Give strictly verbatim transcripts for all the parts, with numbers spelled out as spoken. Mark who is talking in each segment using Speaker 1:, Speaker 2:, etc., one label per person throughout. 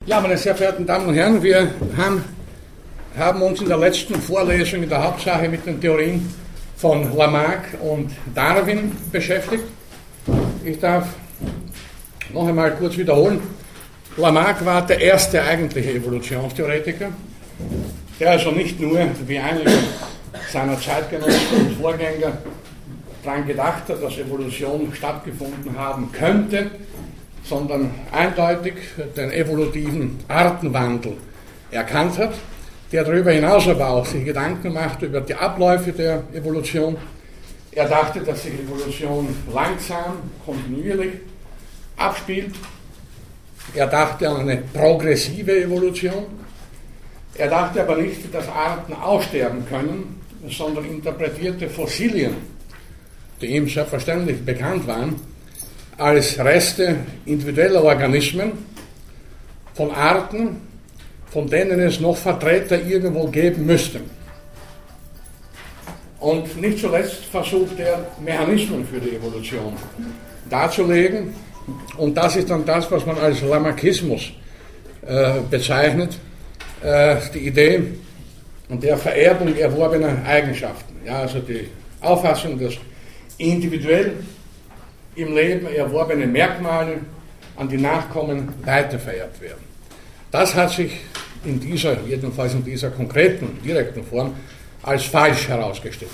Speaker 1: Ja, meine sehr verehrten Damen und Herren, wir haben, haben uns in der letzten Vorlesung in der Hauptsache mit den Theorien von Lamarck und Darwin beschäftigt. Ich darf noch einmal kurz wiederholen, Lamarck war der erste eigentliche Evolutionstheoretiker, der also nicht nur, wie einige seiner Zeitgenossen und Vorgänger, daran gedacht hat, dass Evolution stattgefunden haben könnte, sondern eindeutig den evolutiven Artenwandel erkannt hat, der darüber hinaus aber auch sich Gedanken macht über die Abläufe der Evolution. Er dachte, dass sich Evolution langsam, kontinuierlich abspielt. Er dachte an eine progressive Evolution. Er dachte aber nicht, dass Arten aussterben können, sondern interpretierte Fossilien, die ihm selbstverständlich bekannt waren, als Reste individueller Organismen von Arten, von denen es noch Vertreter irgendwo geben müsste. Und nicht zuletzt versucht er, Mechanismen für die Evolution darzulegen. Und das ist dann das, was man als Lamarckismus äh, bezeichnet, äh, die Idee der Vererbung erworbener Eigenschaften. Ja, also die Auffassung, dass individuell im Leben erworbene Merkmale an die Nachkommen weitervererbt werden. Das hat sich in dieser, jedenfalls in dieser konkreten, direkten Form, als falsch herausgestellt.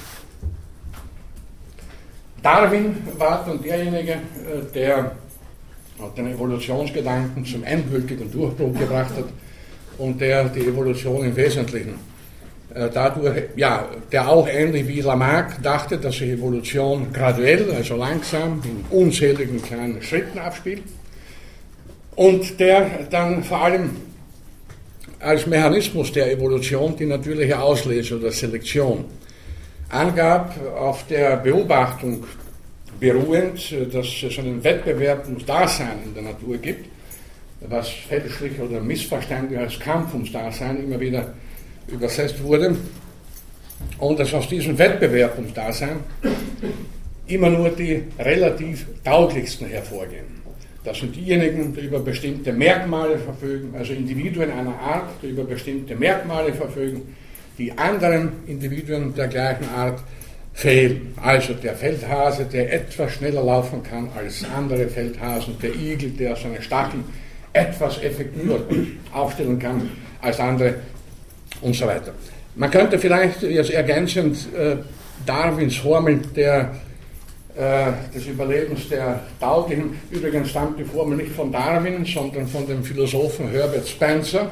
Speaker 1: Darwin war dann derjenige, der den Evolutionsgedanken zum endgültigen Durchbruch gebracht hat und der die Evolution im Wesentlichen dadurch, ja, der auch ähnlich wie Lamarck dachte, dass sich Evolution graduell, also langsam, in unzähligen kleinen Schritten abspielt und der dann vor allem als Mechanismus der Evolution die natürliche Auslese oder Selektion angab, auf der Beobachtung beruhend, dass es einen Wettbewerb ums Dasein in der Natur gibt, was fälschlich oder missverständlich als Kampf ums Dasein immer wieder übersetzt wurde, und dass aus diesem Wettbewerb ums Dasein immer nur die relativ tauglichsten hervorgehen. Das sind diejenigen, die über bestimmte Merkmale verfügen, also Individuen einer Art, die über bestimmte Merkmale verfügen, die anderen Individuen der gleichen Art fehlen. Also der Feldhase, der etwas schneller laufen kann als andere Feldhasen, der Igel, der seine Stacheln etwas effektiver aufstellen kann als andere, und so weiter. Man könnte vielleicht jetzt ergänzend äh, Darwins Formel der, äh, des Überlebens der Tauglichen, übrigens stammt die Formel nicht von Darwin, sondern von dem Philosophen Herbert Spencer,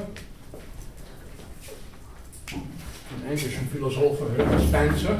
Speaker 1: dem englischen Philosophen Herbert Spencer.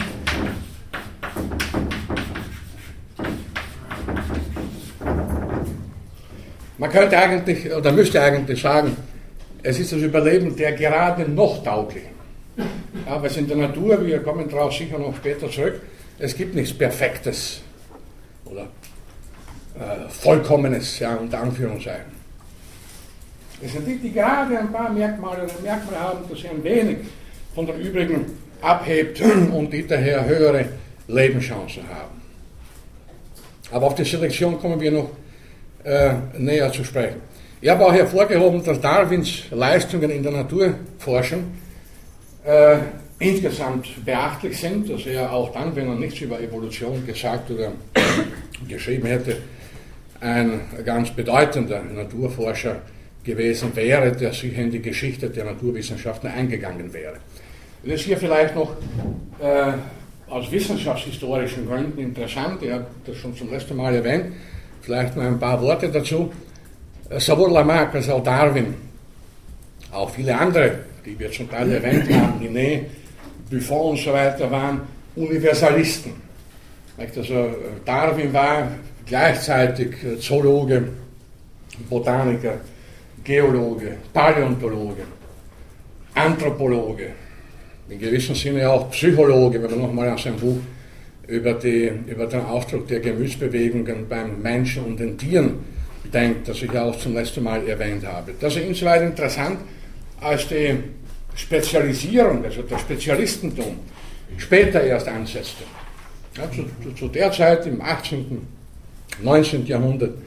Speaker 1: Man könnte eigentlich, oder müsste eigentlich sagen, es ist das Überleben der gerade noch Tauglichen. Ja, weil es in der Natur, wir kommen darauf sicher noch später zurück, es gibt nichts Perfektes oder äh, Vollkommenes, ja, unter Anführungszeichen. Es sind die, die gerade ein paar Merkmale oder Merkmale haben, das sie ein wenig von den übrigen abhebt und die daher höhere Lebenschancen haben. Aber auf die Selektion kommen wir noch äh, näher zu sprechen. Ich habe auch hervorgehoben, dass Darwins Leistungen in der Naturforschung äh, insgesamt beachtlich sind, dass er auch dann, wenn er nichts über Evolution gesagt oder geschrieben hätte, ein ganz bedeutender Naturforscher gewesen wäre, der sicher in die Geschichte der Naturwissenschaften eingegangen wäre. Das ist hier vielleicht noch äh, aus wissenschaftshistorischen Gründen interessant, ich habe das schon zum letzten Mal erwähnt, vielleicht noch ein paar Worte dazu. Sowohl Lamarck als auch Darwin, auch viele andere, die wir zum Teil erwähnt haben, Linné, Buffon und so weiter, waren Universalisten. Also Darwin war gleichzeitig Zoologe, Botaniker, Geologe, Paläontologe, Anthropologe, in gewissem Sinne auch Psychologe, wenn man nochmal an sein Buch über, die, über den Ausdruck der Gemütsbewegungen beim Menschen und den Tieren denkt, das ich ja auch zum letzten Mal erwähnt habe. Das ist insoweit interessant, als die Spezialisierung, also das Spezialistentum, später erst ansetzte. Ja, zu, zu, zu der Zeit, im achtzehnten, neunzehnten Jahrhundert,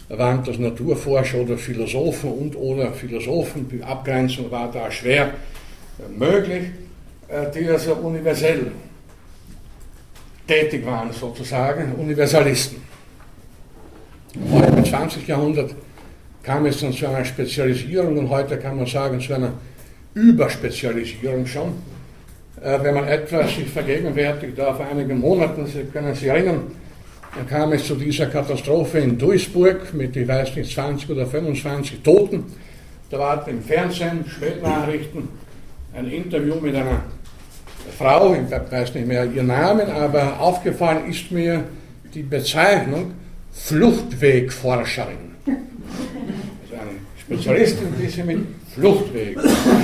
Speaker 1: waren das Naturforscher oder Philosophen und oder Philosophen, die Abgrenzung war da schwer möglich, die also universell tätig waren, sozusagen, Universalisten. Heute im zwanzigsten Jahrhundert kam es dann zu einer Spezialisierung und heute kann man sagen zu einer Überspezialisierung schon. Wenn man etwas sich vergegenwärtigt, da vor einigen Monaten, Sie können sich erinnern, dann kam es zu dieser Katastrophe in Duisburg mit, ich weiß nicht, zwanzig oder fünfundzwanzig Toten. Da war im Fernsehen, Spätnachrichten, ein Interview mit einer Frau, ich weiß nicht mehr ihren Namen, aber aufgefallen ist mir die Bezeichnung Fluchtwegforscherin. Also eine Spezialistin, die sich mit Fluchtweg.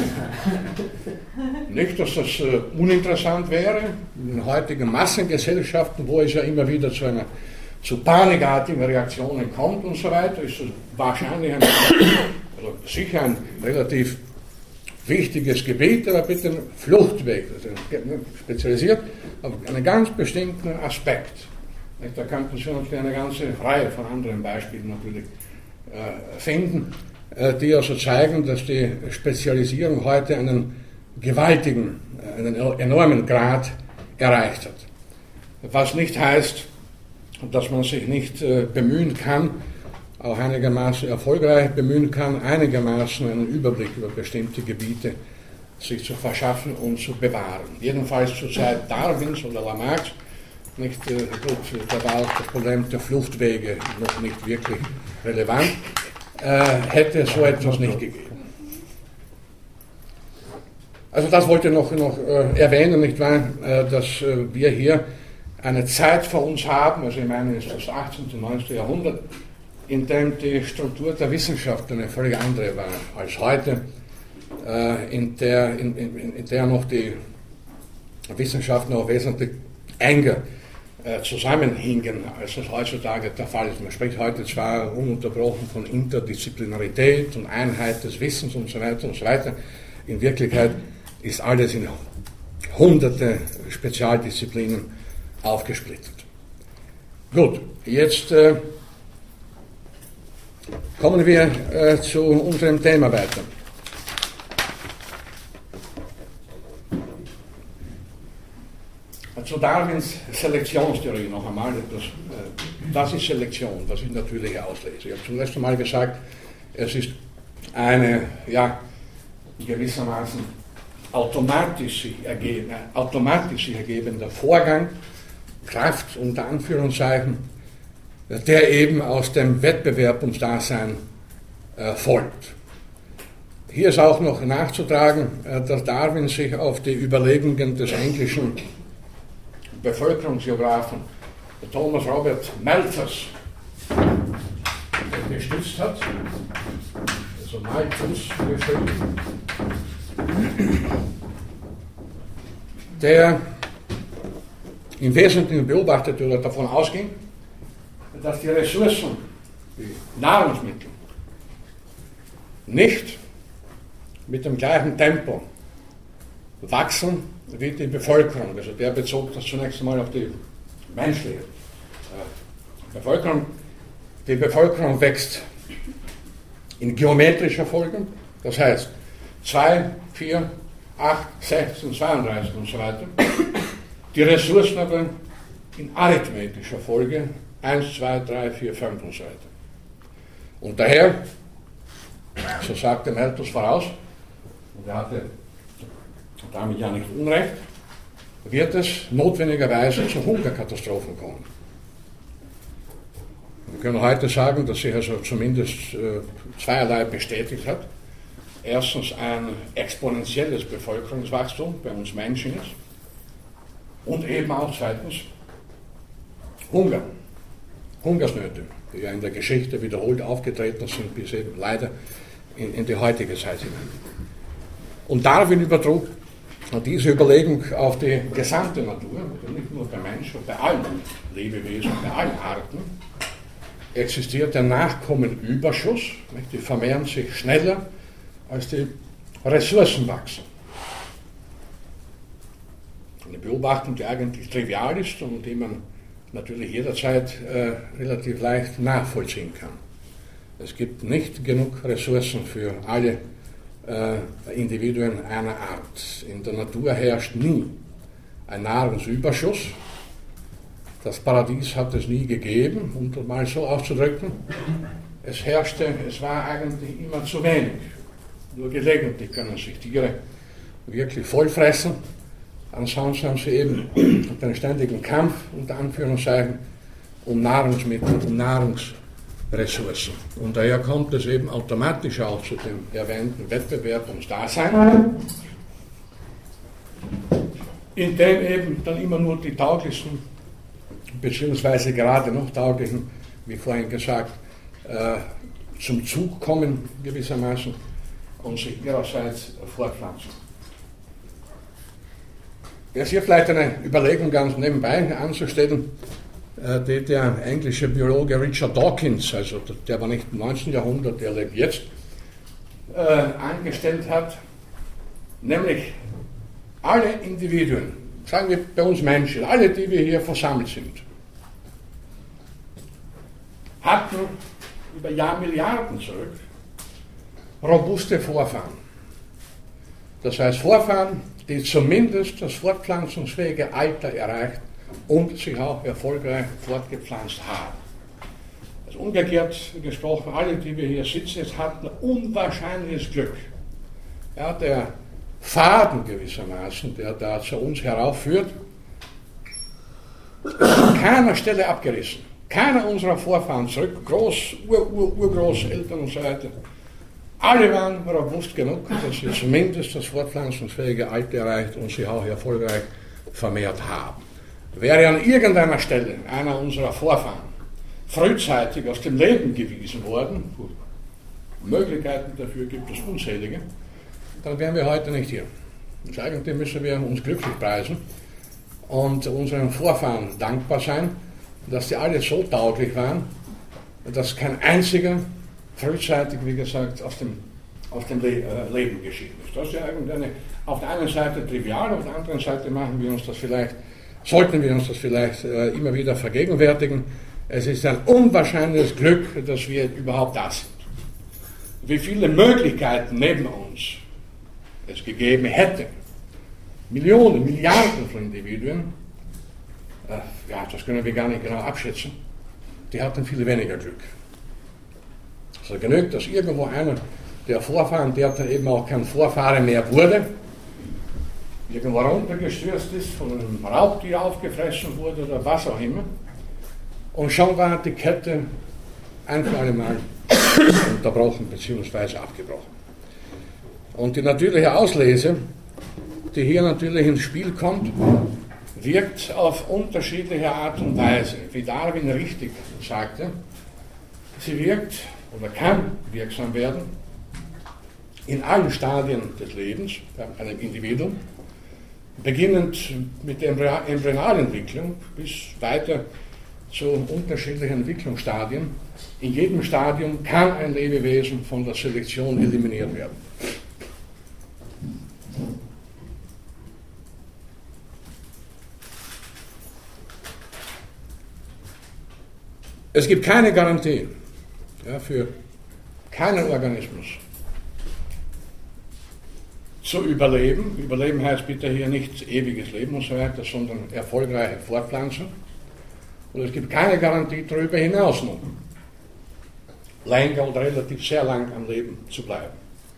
Speaker 1: Nicht, dass das äh, uninteressant wäre, in heutigen Massengesellschaften, wo es ja immer wieder zu einer zu panikartigen Reaktionen kommt und so weiter, ist es wahrscheinlich ein, also sicher ein relativ wichtiges Gebiet, aber bitte Fluchtweg, also spezialisiert auf einen ganz bestimmten Aspekt. Da kann man schon eine ganze Reihe von anderen Beispielen natürlich äh, finden, äh, die also zeigen, dass die Spezialisierung heute einen gewaltigen, äh, einen enormen Grad erreicht hat. Was nicht heißt, dass man sich nicht äh, bemühen kann, auch einigermaßen erfolgreich bemühen kann, einigermaßen einen Überblick über bestimmte Gebiete sich zu verschaffen und zu bewahren. Jedenfalls zur Zeit Darwins oder Lamarcks, nicht, äh, gut, da war auch das Problem der Fluchtwege noch nicht wirklich relevant, äh, hätte so etwas nicht gegeben. Also das wollte ich noch, noch äh, erwähnen, nicht wahr, äh, dass äh, wir hier eine Zeit vor uns haben, also ich meine, ist das achtzehnte und neunzehnte Jahrhundert, in dem die Struktur der Wissenschaft eine völlig andere war als heute, äh, in, der, in, in, in der noch die Wissenschaften auch wesentlich enger äh, zusammenhingen, als das heutzutage der Fall ist. Man spricht heute zwar ununterbrochen von Interdisziplinarität und Einheit des Wissens und so weiter und so weiter. In Wirklichkeit ist alles in hunderte Spezialdisziplinen aufgesplittet. Gut, jetzt äh, kommen wir äh, zu unserem Thema weiter. Zu Darwins Selektionstheorie noch einmal. Das, äh, das ist Selektion, das ist natürliche Auslese. Ich habe zum letzten Mal gesagt, es ist eine, ja, gewissermaßen automatisch sich, ergeben, automatisch sich ergebender Vorgang, Kraft unter Anführungszeichen, der eben aus dem Wettbewerb ums Dasein äh, folgt. Hier ist auch noch nachzutragen, äh, dass Darwin sich auf die Überlegungen des englischen Bevölkerungsgeographen Thomas Robert Malthus gestützt hat, also Malthus geschrieben, der im Wesentlichen beobachtete oder davon ausging, dass die Ressourcen, die Nahrungsmittel, nicht mit dem gleichen Tempo wachsen wie die Bevölkerung. Also der bezog das zunächst einmal auf die menschliche äh, Bevölkerung. Die Bevölkerung wächst in geometrischer Folge, das heißt zwei, vier, acht, sechzehn, zweiunddreißig und so weiter. Die Ressourcen aber in arithmetischer Folge eins, zwei, drei, vier, fünf und so weiter. Und daher, so sagte Malthus voraus, und er hatte damit ja nicht Unrecht, wird es notwendigerweise zu Hungerkatastrophen kommen. Wir können heute sagen, dass sich also zumindest äh, zweierlei bestätigt hat. Erstens ein exponentielles Bevölkerungswachstum bei uns Menschen ist und eben auch zweitens Hunger, Hungersnöte, die ja in der Geschichte wiederholt aufgetreten sind, bis eben leider in, in die heutige Zeit hinein. Und Darwin übertrug diese Überlegung auf die gesamte Natur, also nicht nur bei Menschen, bei allen Lebewesen, bei allen Arten, existiert der Nachkommenüberschuss, die vermehren sich schneller, als die Ressourcen wachsen. Eine Beobachtung, die eigentlich trivial ist und die man natürlich jederzeit äh, relativ leicht nachvollziehen kann. Es gibt nicht genug Ressourcen für alle äh, Individuen einer Art. In der Natur herrscht nie ein Nahrungsüberschuss. Das Paradies hat es nie gegeben, um das mal so auszudrücken. Es herrschte, es war eigentlich immer zu wenig. Nur gelegentlich können sich Tiere wirklich vollfressen. Ansonsten haben sie eben den ständigen Kampf, unter Anführungszeichen, um Nahrungsmittel, um Nahrungsressourcen. Und daher kommt es eben automatisch auch zu dem erwähnten Wettbewerb ums Dasein, in dem eben dann immer nur die tauglichsten, beziehungsweise gerade noch tauglichen, wie vorhin gesagt, äh, zum Zug kommen gewissermaßen und sich ihrerseits fortpflanzen. Jetzt hier vielleicht eine Überlegung ganz nebenbei anzustellen, äh, die der englische Biologe Richard Dawkins, also der war nicht im neunzehnten Jahrhundert, der lebt jetzt, äh, angestellt hat, nämlich alle Individuen, sagen wir bei uns Menschen, alle, die wir hier versammelt sind, hatten über Jahrmilliarden zurück robuste Vorfahren. Das heißt Vorfahren, die zumindest das fortpflanzungsfähige Alter erreicht und sich auch erfolgreich fortgepflanzt haben. Also umgekehrt gesprochen, alle, die wir hier sitzen, jetzt hatten unwahrscheinliches Glück. Ja, der Faden gewissermaßen, der da zu uns heraufführt, an keiner Stelle abgerissen. Keiner unserer Vorfahren zurück, Groß, Ur, Ur, Urgroßeltern und so weiter, alle waren robust genug, dass sie zumindest das fortpflanzungsfähige Alter erreicht und sich auch erfolgreich vermehrt haben. Wäre an irgendeiner Stelle einer unserer Vorfahren frühzeitig aus dem Leben gewiesen worden, Möglichkeiten dafür gibt es unzählige, dann wären wir heute nicht hier. Und eigentlich müssen wir uns glücklich preisen und unseren Vorfahren dankbar sein, dass die alle so tauglich waren, dass kein einziger frühzeitig, wie gesagt, aus dem, aus dem Le äh, Leben geschieden ist. Das ist ja eine, auf der einen Seite trivial, auf der anderen Seite machen wir uns das vielleicht, sollten wir uns das vielleicht äh, immer wieder vergegenwärtigen. Es ist ein unwahrscheinliches Glück, dass wir überhaupt da sind. Wie viele Möglichkeiten neben uns es gegeben hätte, Millionen, Milliarden von Individuen, äh, ja, das können wir gar nicht genau abschätzen, die hatten viel weniger Glück. Also genügt, dass irgendwo einer der Vorfahren, der dann eben auch kein Vorfahre mehr wurde, irgendwo runtergestürzt ist, von einem Raubtier aufgefressen wurde oder was auch immer, und schon war die Kette ein für alle Mal unterbrochen bzw. abgebrochen. Und die natürliche Auslese, die hier natürlich ins Spiel kommt, wirkt auf unterschiedliche Art und Weise. Wie Darwin richtig sagte, sie wirkt oder kann wirksam werden in allen Stadien des Lebens bei einem Individuum, beginnend mit der Embryonalentwicklung bis weiter zu unterschiedlichen Entwicklungsstadien. In jedem Stadium kann ein Lebewesen von der Selektion eliminiert werden. Es gibt keine Garantie, ja, für keinen Organismus zu überleben. Überleben heißt bitte hier nicht ewiges Leben und so weiter, sondern erfolgreiche Fortpflanzung. Und es gibt keine Garantie darüber hinaus noch, länger oder relativ sehr lang am Leben zu bleiben.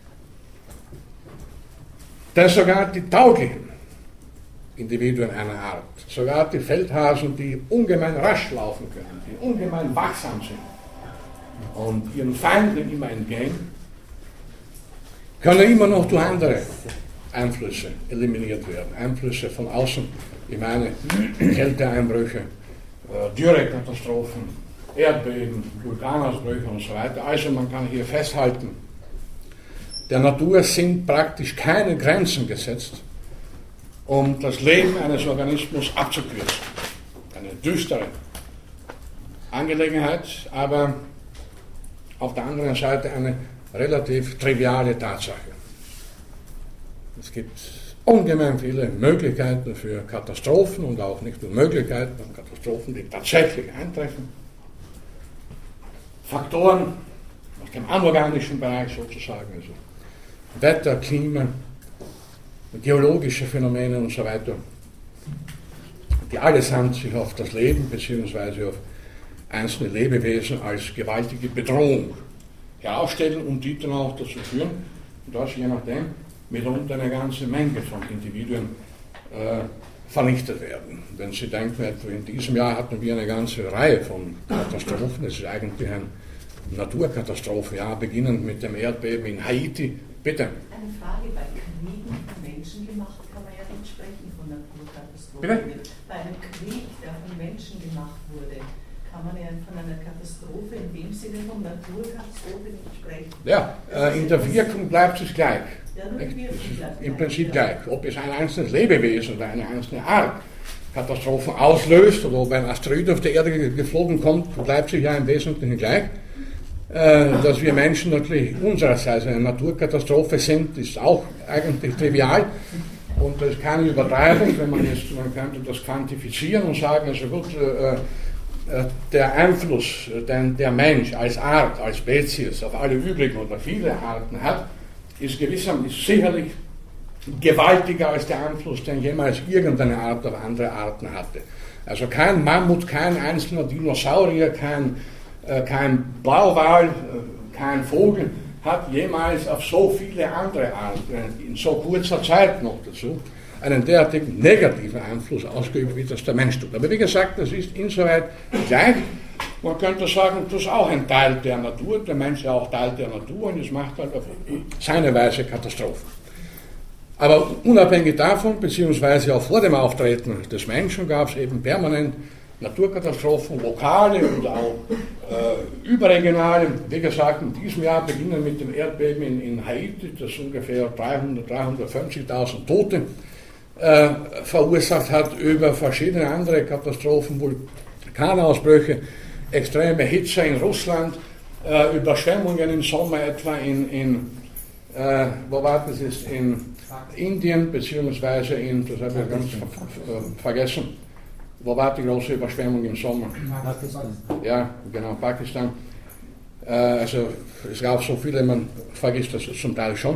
Speaker 1: Denn sogar die tauglichen Individuen einer Art, sogar die Feldhasen, die ungemein rasch laufen können, die ungemein wachsam sind und ihren Feinden immer entgehen, können immer noch durch andere Einflüsse eliminiert werden. Einflüsse von außen, ich meine Kälteeinbrüche, Dürrekatastrophen, Erdbeben, Vulkanausbrüche und so weiter. Also man kann hier festhalten, der Natur sind praktisch keine Grenzen gesetzt, um das Leben eines Organismus abzukürzen. Eine düstere Angelegenheit, aber auf der anderen Seite eine relativ triviale Tatsache. Es gibt ungemein viele Möglichkeiten für Katastrophen und auch nicht nur Möglichkeiten, sondern Katastrophen, die tatsächlich eintreffen. Faktoren, aus dem anorganischen Bereich sozusagen, also Wetter, Klima, geologische Phänomene und so weiter, die allesamt sich auf das Leben bzw. auf einzelne Lebewesen als gewaltige Bedrohung herausstellen und die dann auch dazu führen, dass je nachdem mitunter eine ganze Menge von Individuen äh, vernichtet werden. Wenn Sie denken, etwa in diesem Jahr hatten wir eine ganze Reihe von Katastrophen, das ist eigentlich eine Naturkatastrophenjahr, beginnend mit dem Erdbeben in Haiti. Bitte.
Speaker 2: Eine Frage, bei Kriegen von Menschen gemacht kann man ja nicht sprechen von Naturkatastrophen.
Speaker 1: Bitte?
Speaker 2: Bei einem Krieg, der von Menschen gemacht wurde, kann man ja von einer Katastrophe in dem Sinne von Naturkatastrophe nicht sprechen.
Speaker 1: Ja, äh, in der Wirkung bleibt es gleich.
Speaker 2: Ja, nur die Wirkung bleibt
Speaker 1: Im Prinzip
Speaker 2: gleich.
Speaker 1: gleich. Ob es ein einzelnes Lebewesen oder eine einzelne Art Katastrophen auslöst oder ob ein Asteroid auf der Erde geflogen kommt, bleibt sich ja im Wesentlichen gleich. Äh, dass wir Menschen natürlich unsererseits eine Naturkatastrophe sind, ist auch eigentlich trivial. Und das ist keine Übertreibung, wenn man jetzt, man könnte das quantifizieren und sagen, also gut, äh, äh, der Einfluss, den der Mensch als Art, als Spezies auf alle übrigen oder viele Arten hat, ist gewissermaßen ist sicherlich gewaltiger als der Einfluss, den jemals irgendeine Art auf andere Arten hatte. Also kein Mammut, kein einzelner Dinosaurier, kein, äh, kein Blauwal, äh, kein Vogel hat jemals auf so viele andere Arten in so kurzer Zeit noch dazu einen derartigen negativen Einfluss ausgeübt, wie das der Mensch tut. Aber wie gesagt, das ist insoweit gleich. Man könnte sagen, das ist auch ein Teil der Natur, der Mensch ist ja auch Teil der Natur und es macht halt auf seine Weise Katastrophen. Aber unabhängig davon, beziehungsweise auch vor dem Auftreten des Menschen, gab es eben permanent Naturkatastrophen, lokale und auch äh, überregionale. Wie gesagt, in diesem Jahr beginnen mit dem Erdbeben in, in Haiti, das ungefähr dreihundert, dreihundertfünfzigtausend Tote äh, verursacht hat, über verschiedene andere Katastrophen, Vulkanausbrüche, extreme Hitze in Russland, äh, Überschwemmungen im Sommer etwa in, in äh, wo war das ist, in Indien, beziehungsweise in, das habe ich ganz ver vergessen, wo war die große Überschwemmung im Sommer?
Speaker 3: Pakistan.
Speaker 1: Ja, genau, Pakistan. Äh, also es gab so viele, man vergisst das zum Teil schon.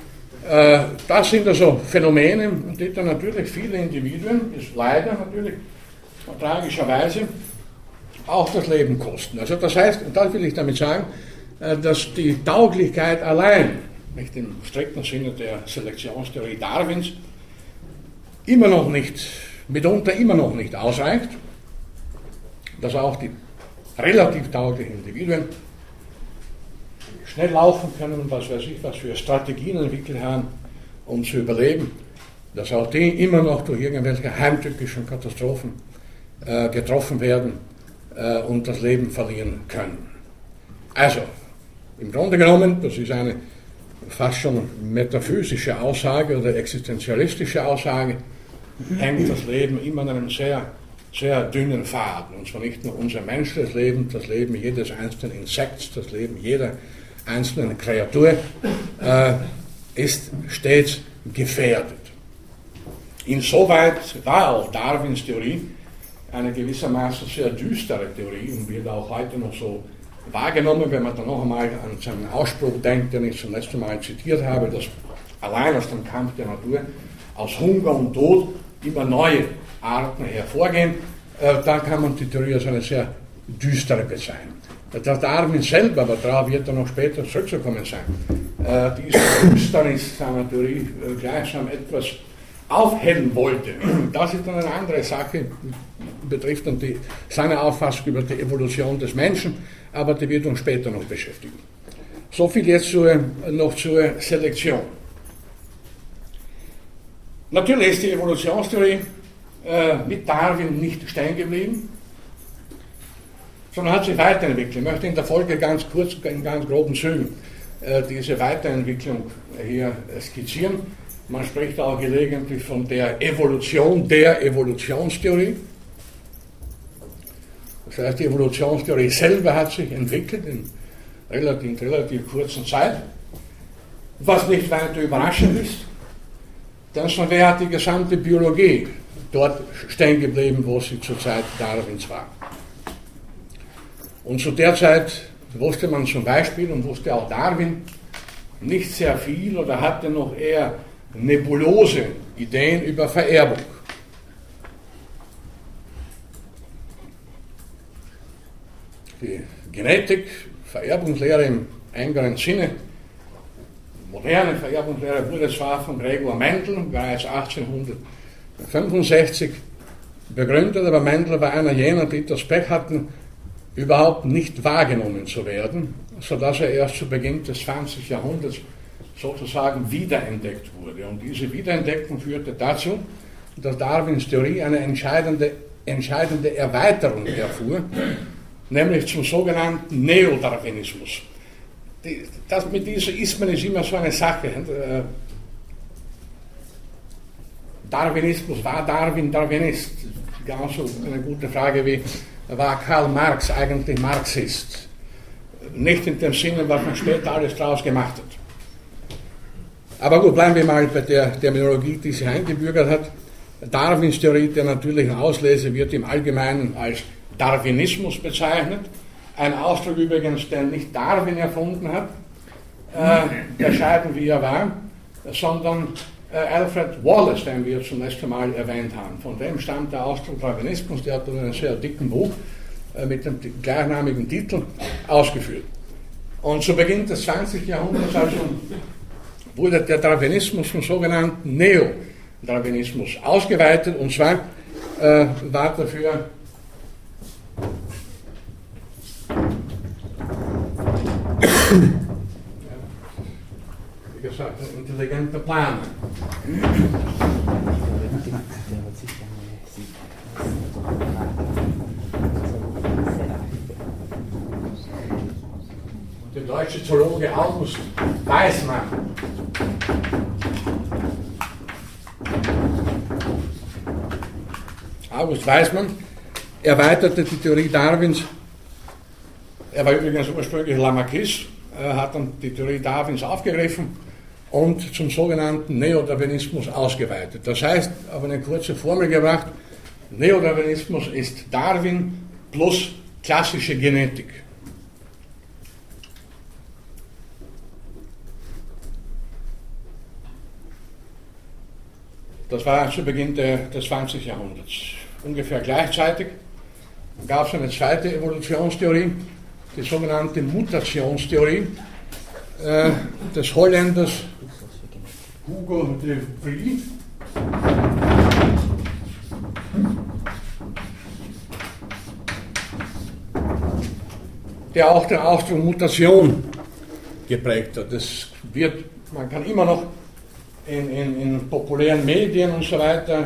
Speaker 1: Äh, das sind also Phänomene, die dann natürlich viele Individuen, ist leider natürlich tragischerweise, auch das Leben kosten. Also das heißt, und das will ich damit sagen, äh, dass die Tauglichkeit allein, nicht im strikten Sinne der Selektionstheorie Darwins, immer noch nicht mitunter immer noch nicht ausreicht, dass auch die relativ tauglichen Individuen schnell laufen können und was weiß ich, was für Strategien entwickelt haben, um zu überleben, dass auch die immer noch durch irgendwelche heimtückischen Katastrophen äh, getroffen werden äh, und das Leben verlieren können. Also, im Grunde genommen, das ist eine fast schon metaphysische Aussage oder existenzialistische Aussage, hängt das Leben immer an einem sehr, sehr dünnen Faden. Und zwar nicht nur unser menschliches Leben, das Leben jedes einzelnen Insekts, das Leben jeder einzelnen Kreatur äh, ist stets gefährdet. Insoweit war auch Darwins Theorie eine gewissermaßen sehr düstere Theorie und wird auch heute noch so wahrgenommen, wenn man dann noch einmal an seinen Ausspruch denkt, den ich zum letzten Mal zitiert habe, dass allein aus dem Kampf der Natur aus Hunger und Tod immer neue Arten hervorgehen, äh, dann kann man die Theorie als eine sehr düstere bezeichnen. Der Darwin selber, aber darauf wird er noch später zurückzukommen sein, äh, diese Düsternis seiner Theorie äh, gleichsam etwas aufhellen wollte. Das ist dann eine andere Sache, betrifft dann die, seine Auffassung über die Evolution des Menschen, aber die wird uns später noch beschäftigen. So viel jetzt zur, noch zur Selektion. Natürlich ist die Evolutionstheorie äh, mit Darwin nicht stehen geblieben, sondern hat sich weiterentwickelt. Ich möchte in der Folge ganz kurz, in ganz groben Zügen, äh, diese Weiterentwicklung hier skizzieren. Man spricht auch gelegentlich von der Evolution der Evolutionstheorie. Das heißt, die Evolutionstheorie selber hat sich entwickelt in relativ, relativ kurzer Zeit, was nicht weiter überraschend ist. Denn schon wer hat die gesamte Biologie dort stehen geblieben, wo sie zur Zeit Darwins war. Und zu der Zeit wusste man zum Beispiel und wusste auch Darwin nicht sehr viel oder hatte noch eher nebulose Ideen über Vererbung. Die Genetik, Vererbungslehre im engeren Sinne, moderne Vererbungslehre wurde zwar von Gregor Mendel bereits achtzehnhundertfünfundsechzig begründet, aber Mendel war einer jener, die das Pech hatten, überhaupt nicht wahrgenommen zu werden, sodass er erst zu Beginn des zwanzigsten Jahrhunderts sozusagen wiederentdeckt wurde. Und diese Wiederentdeckung führte dazu, dass Darwins Theorie eine entscheidende, entscheidende Erweiterung erfuhr, nämlich zum sogenannten Neodarwinismus. Die, das mit dieser Ismen ist immer so eine Sache. Äh, Darwinismus, war Darwin Darwinist? Genauso eine gute Frage wie, war Karl Marx eigentlich Marxist? Nicht in dem Sinne, was man später alles daraus gemacht hat. Aber gut, bleiben wir mal bei der Terminologie, die sich eingebürgert hat. Darwins Theorie der natürlichen Auslese wird im Allgemeinen als Darwinismus bezeichnet. Ein Ausdruck übrigens, den nicht Darwin erfunden hat, äh, bescheiden wie er war, sondern äh, Alfred Wallace, den wir zum letzten Mal erwähnt haben. Von dem stammt der Ausdruck Darwinismus, der hat in einem sehr dicken Buch äh, mit dem gleichnamigen Titel ausgeführt. Und zu Beginn des zwanzigsten Jahrhunderts also wurde der Darwinismus vom sogenannten Neo-Darwinismus ausgeweitet, und zwar äh, war dafür wie gesagt, ein intelligenter Plan. Und der deutsche Zoologe August Weismann August Weismann erweiterte die Theorie Darwins. Er war übrigens ursprünglich Lamarckist, er hat dann die Theorie Darwins aufgegriffen und zum sogenannten Neodarwinismus ausgeweitet. Das heißt, auf eine kurze Formel gebracht, Neodarwinismus ist Darwin plus klassische Genetik. Das war zu Beginn der, des zwanzigsten Jahrhunderts. Ungefähr gleichzeitig gab es eine zweite Evolutionstheorie, die sogenannte Mutationstheorie äh, des Holländers Hugo de Vries. Der auch den Ausdruck Mutation geprägt hat. Das wird, man kann immer noch in, in, in populären Medien und so weiter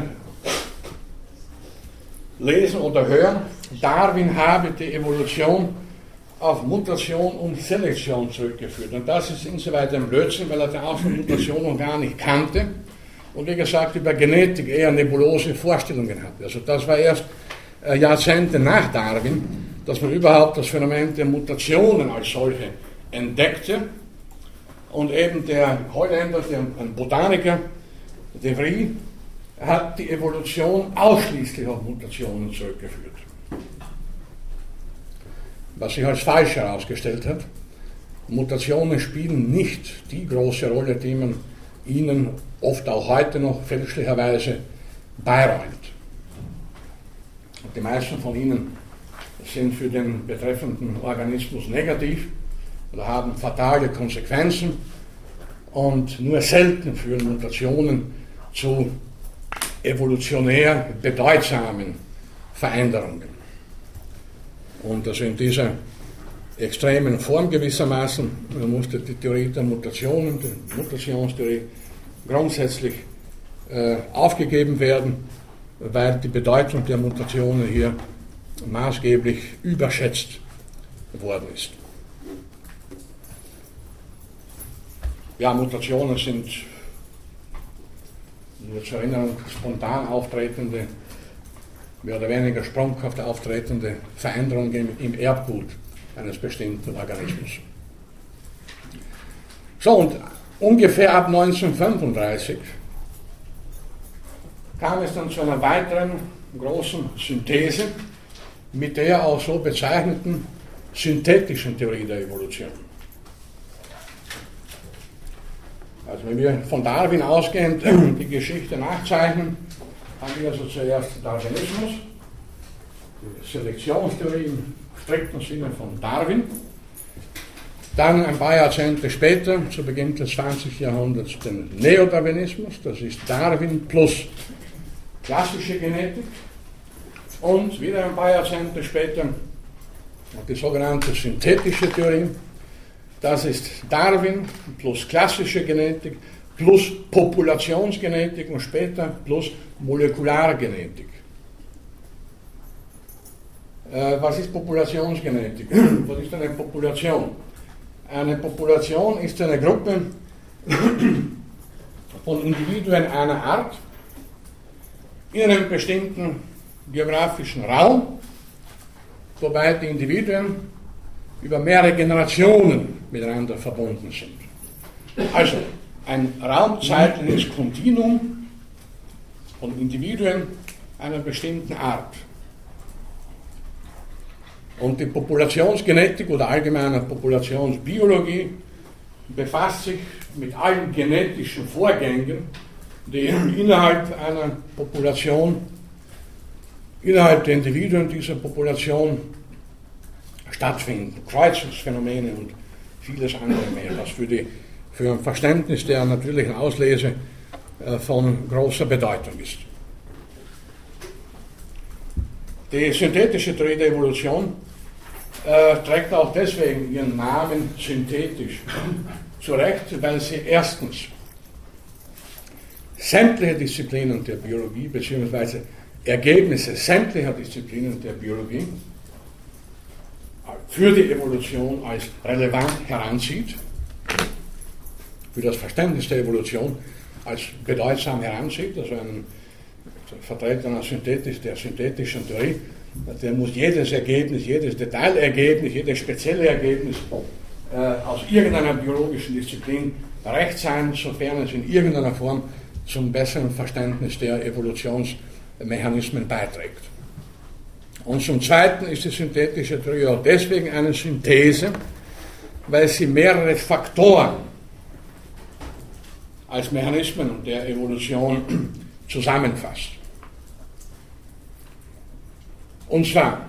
Speaker 1: lesen oder hören, Darwin habe die Evolution auf Mutation und Selektion zurückgeführt. Und das ist insoweit ein Blödsinn, weil er den Ausdruck Mutation noch gar nicht kannte und wie gesagt über Genetik eher nebulose Vorstellungen hatte. Also das war erst äh, Jahrzehnte nach Darwin, dass man überhaupt das Phänomen der Mutationen als solche entdeckte. Und eben der Holländer, der, ein Botaniker, de Vries, hat die Evolution ausschließlich auf Mutationen zurückgeführt. Was sich als falsch herausgestellt hat. Mutationen spielen nicht die große Rolle, die man ihnen oft auch heute noch fälschlicherweise beiräumt. Und die meisten von ihnen sind für den betreffenden Organismus negativ oder haben fatale Konsequenzen und nur selten führen Mutationen zu evolutionär bedeutsamen Veränderungen. Und also in dieser extremen Form gewissermaßen musste die Theorie der Mutationen, die Mutationstheorie, grundsätzlich äh, aufgegeben werden, weil die Bedeutung der Mutationen hier maßgeblich überschätzt worden ist. Ja, Mutationen sind nur zur Erinnerung spontan auftretende, mehr oder weniger sprunghaft auftretende Veränderungen im Erbgut eines bestimmten Organismus. So, und ungefähr ab neunzehnhundertfünfunddreißig kam es dann zu einer weiteren großen Synthese mit der auch so bezeichneten synthetischen Theorie der Evolution. Also wenn wir von Darwin ausgehend die Geschichte nachzeichnen, haben wir also zuerst Darwinismus, die Selektionstheorie im strikten Sinne von Darwin, dann ein paar Jahrzehnte später, zu Beginn des zwanzigsten Jahrhunderts, den Neodarwinismus, das ist Darwin plus klassische Genetik, und wieder ein paar Jahrzehnte später die sogenannte synthetische Theorie, das ist Darwin plus klassische Genetik plus Populationsgenetik und später plus Molekulargenetik. Äh, was ist Populationsgenetik? Was ist eine Population? Eine Population ist eine Gruppe von Individuen einer Art in einem bestimmten geografischen Raum, wobei die Individuen über mehrere Generationen miteinander verbunden sind. Also ein raumzeitliches Kontinuum von Individuen einer bestimmten Art. Und die Populationsgenetik oder allgemeine Populationsbiologie befasst sich mit allen genetischen Vorgängen, die innerhalb einer Population, innerhalb der Individuen dieser Population stattfinden. Kreuzungsphänomene und vieles andere mehr, was für, die, für ein Verständnis der natürlichen Auslese äh, von großer Bedeutung ist. Die synthetische Theorie der Evolution äh, trägt auch deswegen ihren Namen synthetisch zurecht, weil sie erstens sämtliche Disziplinen der Biologie bzw. Ergebnisse sämtlicher Disziplinen der Biologie für die Evolution als relevant heranzieht, für das Verständnis der Evolution als bedeutsam heranzieht, also ein Vertreter einer Synthetis, der synthetischen Theorie, der muss jedes Ergebnis, jedes Detailergebnis, jedes spezielle Ergebnis äh, aus irgendeiner biologischen Disziplin recht sein, sofern es in irgendeiner Form zum besseren Verständnis der Evolutionsmechanismen beiträgt. Und zum Zweiten ist die synthetische Theorie auch deswegen eine Synthese, weil sie mehrere Faktoren als Mechanismen der Evolution zusammenfasst. Und zwar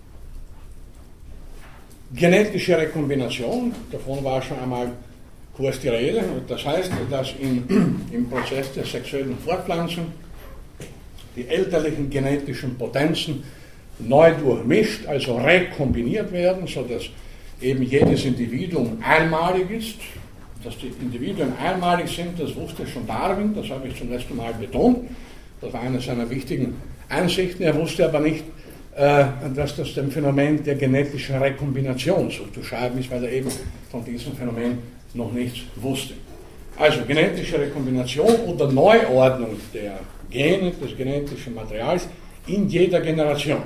Speaker 1: genetische Rekombination, davon war schon einmal kurz die Rede, das heißt, dass in, im Prozess der sexuellen Fortpflanzung die elterlichen genetischen Potenzen neu durchmischt, also rekombiniert werden, sodass eben jedes Individuum einmalig ist. Dass die Individuen einmalig sind, das wusste schon Darwin, das habe ich zum letzten Mal betont. Das war eine seiner wichtigen Einsichten. Er wusste aber nicht, äh, dass das dem Phänomen der genetischen Rekombination zuzuschreiben ist, weil er eben von diesem Phänomen noch nichts wusste. Also genetische Rekombination oder Neuordnung der Gene, des genetischen Materials in jeder Generation.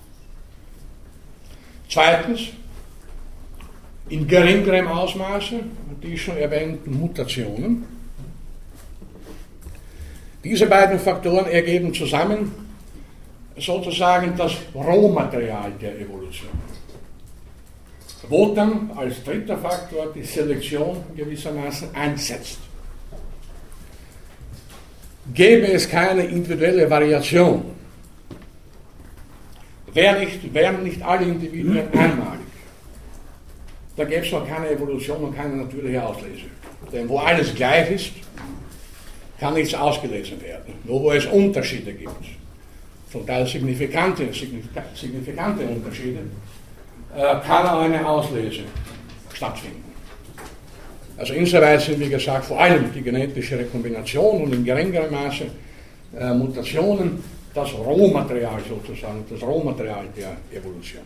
Speaker 1: Zweitens, in geringerem Ausmaße, die schon erwähnten Mutationen. Diese beiden Faktoren ergeben zusammen sozusagen das Rohmaterial der Evolution, wo dann als dritter Faktor die Selektion gewissermaßen einsetzt. Gäbe es keine individuelle Variation, wären nicht, wären nicht alle Individuen einmalig, da gäbe es noch keine Evolution und keine natürliche Auslese. Denn wo alles gleich ist, kann nichts ausgelesen werden. Nur wo es Unterschiede gibt, zum Teil signifikante, signifikante Unterschiede, kann auch eine Auslese stattfinden. Also insoweit sind, wie gesagt, vor allem die genetische Rekombination und in geringerem Maße äh, Mutationen das Rohmaterial sozusagen, das Rohmaterial der Evolution.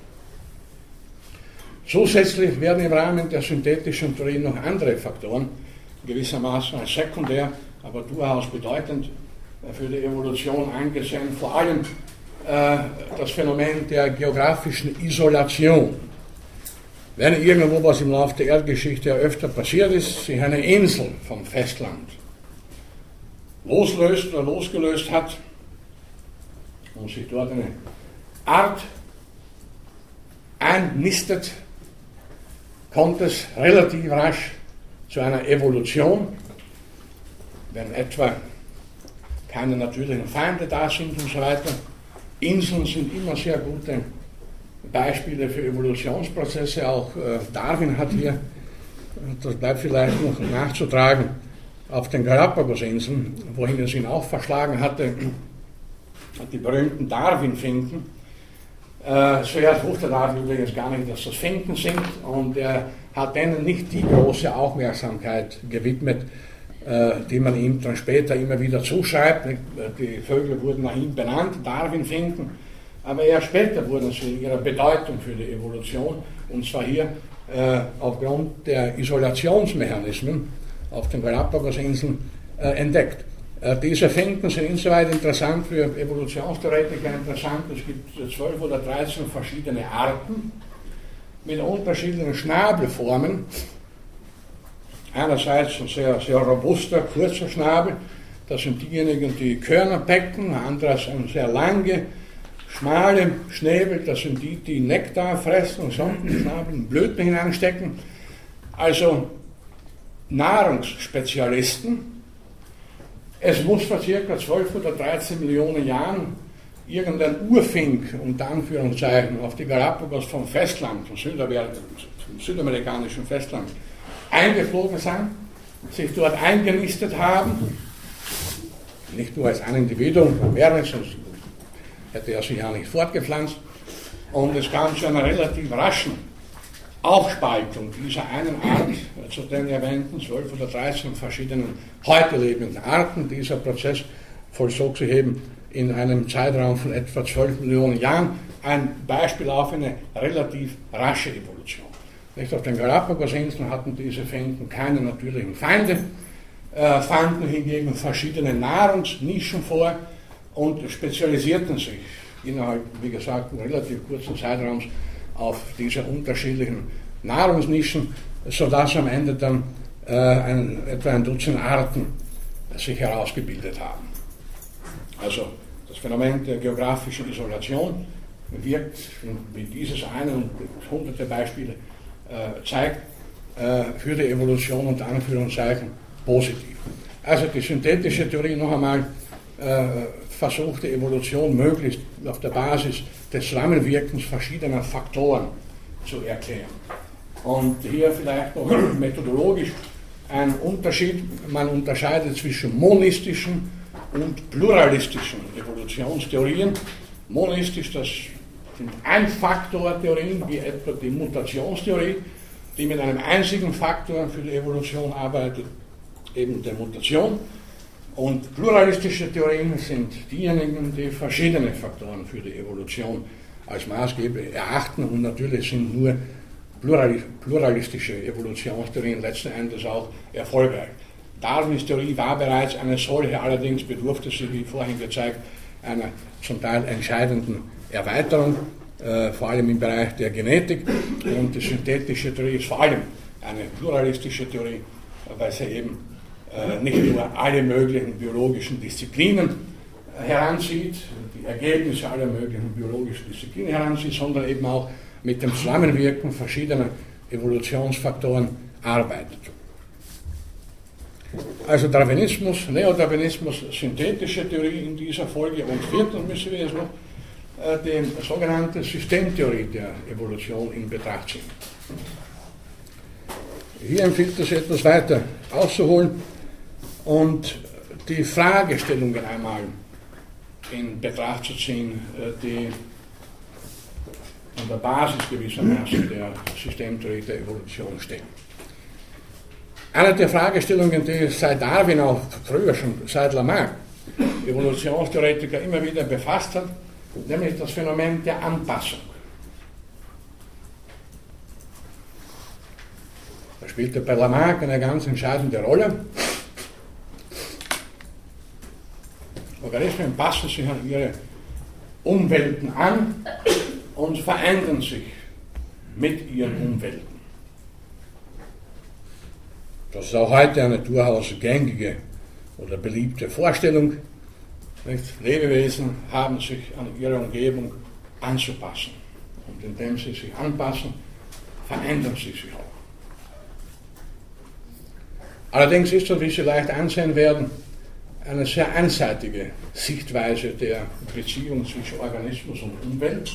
Speaker 1: Zusätzlich werden im Rahmen der synthetischen Theorie noch andere Faktoren gewissermaßen als sekundär, aber durchaus bedeutend für die Evolution angesehen, vor allem äh, das Phänomen der geografischen Isolation. Wenn irgendwo was im Laufe der Erdgeschichte ja öfter passiert ist, sich eine Insel vom Festland loslöst oder losgelöst hat und sich dort eine Art einnistet, kommt es relativ rasch zu einer Evolution, wenn etwa keine natürlichen Feinde da sind und so weiter. Inseln sind immer sehr gute Beispiele für Evolutionsprozesse, auch äh, Darwin hat hier, das bleibt vielleicht noch nachzutragen, auf den Galapagos-Inseln, wohin es ihn auch verschlagen hatte, die berühmten Darwin-Finken. Äh, zuerst wusste Darwin übrigens gar nicht, dass das Finken sind, und er hat denen nicht die große Aufmerksamkeit gewidmet, äh, die man ihm dann später immer wieder zuschreibt. Die Vögel wurden nach ihm benannt, Darwin-Finken, aber erst später wurden sie in ihrer Bedeutung für die Evolution, und zwar hier äh, aufgrund der Isolationsmechanismen auf den Galapagos-Inseln äh, entdeckt. Äh, diese Finken sind insoweit interessant, für Evolutionstheoretiker interessant. Es gibt zwölf oder dreizehn verschiedene Arten mit unterschiedlichen Schnabelformen. Einerseits ein sehr, sehr robuster, kurzer Schnabel, das sind diejenigen, die Körner pecken, andererseits ein sehr lange, schmale Schnäbel, das sind die, die Nektar fressen und Sondenschnabel in Blüten hineinstecken. Also Nahrungsspezialisten. Es muss vor ca. zwölf oder dreizehn Millionen Jahren irgendein Urfink, unter Anführungszeichen, auf die Galapagos vom Festland, vom, Südamer vom südamerikanischen Festland, eingeflogen sein, sich dort eingenistet haben, nicht nur als ein Individuum, mehrere, sonst hätte er sich ja nicht fortgepflanzt, und es kam zu einer relativ raschen Aufspaltung dieser einen Art, zu den erwähnten zwölf oder dreizehn verschiedenen heute lebenden Arten. Dieser Prozess vollzog sich eben in einem Zeitraum von etwa zwölf Millionen Jahren. Ein Beispiel auf eine relativ rasche Evolution. Nicht auf den Galapagos-Inseln hatten diese Finken keine natürlichen Feinde, äh, fanden hingegen verschiedene Nahrungsnischen vor und spezialisierten sich innerhalb, wie gesagt, in relativ kurzen Zeitraums auf diese unterschiedlichen Nahrungsnischen, sodass am Ende dann äh, ein, etwa ein Dutzend Arten sich herausgebildet haben. Also das Phänomen der geografischen Isolation wirkt, wie dieses eine und hunderte Beispiele äh, zeigt, äh, für die Evolution unter Anführungszeichen positiv. Also die synthetische Theorie noch einmal äh, versucht die Evolution möglichst auf der Basis des Zusammenwirkens verschiedener Faktoren zu erklären. Und hier vielleicht noch methodologisch ein Unterschied. Man unterscheidet zwischen monistischen und pluralistischen Evolutionstheorien. Monistisch, das sind Ein-Faktor-Theorien, wie etwa die Mutationstheorie, die mit einem einzigen Faktor für die Evolution arbeitet, eben der Mutation. Und pluralistische Theorien sind diejenigen, die verschiedene Faktoren für die Evolution als maßgeblich erachten, und natürlich sind nur pluralistische Evolutionstheorien letzten Endes auch erfolgreich. Darwins Theorie war bereits eine solche, allerdings bedurfte sie, wie vorhin gezeigt, einer zum Teil entscheidenden Erweiterung, äh, vor allem im Bereich der Genetik, und die synthetische Theorie ist vor allem eine pluralistische Theorie, weil sie eben nicht nur alle möglichen biologischen Disziplinen heranzieht, die Ergebnisse aller möglichen biologischen Disziplinen heranzieht, sondern eben auch mit dem Zusammenwirken verschiedener Evolutionsfaktoren arbeitet. Also Darwinismus, Neodarwinismus, synthetische Theorie in dieser Folge, und viertens müssen wir jetzt noch äh, die sogenannte Systemtheorie der Evolution in Betracht ziehen. Hier empfiehlt es etwas weiter auszuholen und die Fragestellungen einmal in Betracht zu ziehen, die an der Basis gewissermaßen der Systemtheorie der Evolution stehen. Eine der Fragestellungen, die seit Darwin, auch früher schon seit Lamarck, Evolutionstheoretiker immer wieder befasst hat, nämlich das Phänomen der Anpassung. Da spielte bei Lamarck eine ganz entscheidende Rolle. Organismen passen sich an ihre Umwelten an und verändern sich mit ihren Umwelten. Das ist auch heute eine durchaus gängige oder beliebte Vorstellung. Nicht? Lebewesen haben sich an ihre Umgebung anzupassen. Und indem sie sich anpassen, verändern sie sich auch. Allerdings ist das, wie Sie leicht ansehen werden, eine sehr einseitige Sichtweise der Beziehung zwischen Organismus und Umwelt.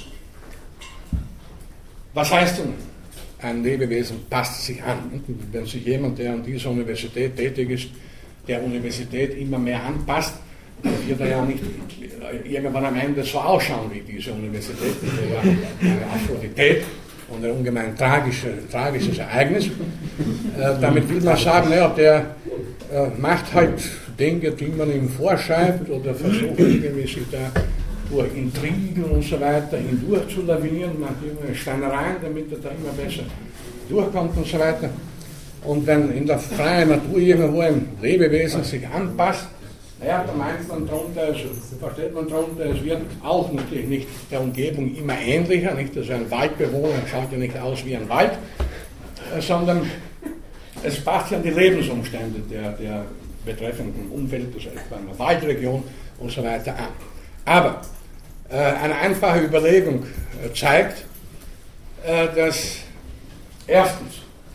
Speaker 1: Was heißt denn, ein Lebewesen passt sich an? Wenn sich jemand, der an dieser Universität tätig ist, der Universität immer mehr anpasst, dann wird er ja nicht irgendwann am Ende so ausschauen wie diese Universität. Das ist ja eine Absurdität und ein ungemein tragische, tragisches Ereignis. Äh, damit will man sagen, ja, der äh, macht halt Dinge, die man ihm vorschreibt oder versucht irgendwie sich da durch Intrigen und so weiter hindurch zu lavinieren, macht irgendwelche Steinereien, damit er da immer besser durchkommt und so weiter. Und wenn in der freien Natur irgendwo ein Lebewesen sich anpasst, naja, da meint man darunter, also versteht man darunter, es wird auch natürlich nicht der Umgebung immer ähnlicher, nicht, also ein Waldbewohner schaut ja nicht aus wie ein Wald, äh, sondern es passt ja an die Lebensumstände der, der betreffenden Umwelt, also etwa einer Waldregion und so weiter an. Aber äh, eine einfache Überlegung äh, zeigt, äh, dass erstens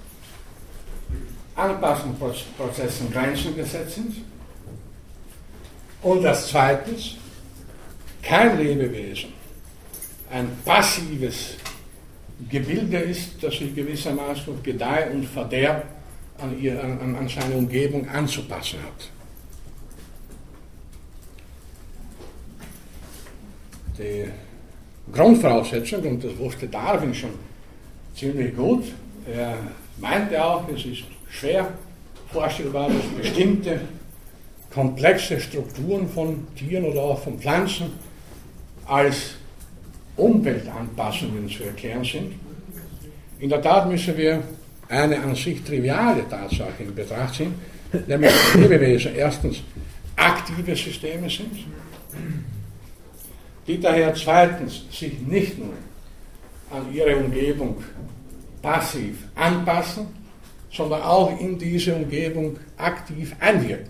Speaker 1: Anpassungsprozessen Grenzen gesetzt sind und dass zweitens kein Lebewesen ein passives Gebilde ist, das sich gewissermaßen durch Gedeih und Verderb an, ihr, an, an seine Umgebung anzupassen hat. Die Grundvoraussetzung, und das wusste Darwin schon ziemlich gut, er meinte auch, es ist schwer vorstellbar, dass bestimmte komplexe Strukturen von Tieren oder auch von Pflanzen als Umweltanpassungen zu erklären sind. In der Tat müssen wir eine an sich triviale Tatsache in Betracht ziehen, nämlich dass Lebewesen erstens aktive Systeme sind, die daher zweitens sich nicht nur an ihre Umgebung passiv anpassen, sondern auch in diese Umgebung aktiv einwirken.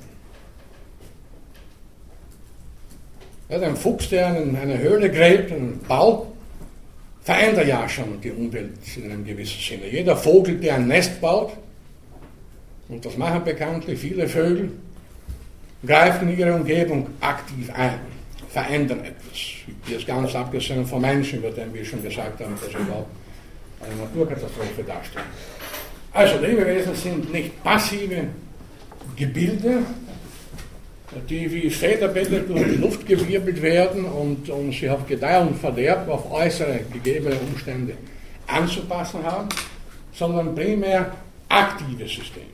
Speaker 1: Ja, ein Fuchs, der in eine Höhle gräbt, einen Bau, verändert ja schon die Umwelt in einem gewissen Sinne. Jeder Vogel, der ein Nest baut, und das machen bekanntlich viele Vögel, greifen in ihre Umgebung aktiv ein, verändern etwas. Jetzt ganz abgesehen vom Menschen, über den wir schon gesagt haben, dass er überhaupt eine Naturkatastrophe darstellt. Also Lebewesen sind nicht passive Gebilde, die wie Federbälle durch die Luft gewirbelt werden und, und sich auf Gedeih und Verderb, auf äußere gegebene Umstände anzupassen haben, sondern primär aktive Systeme.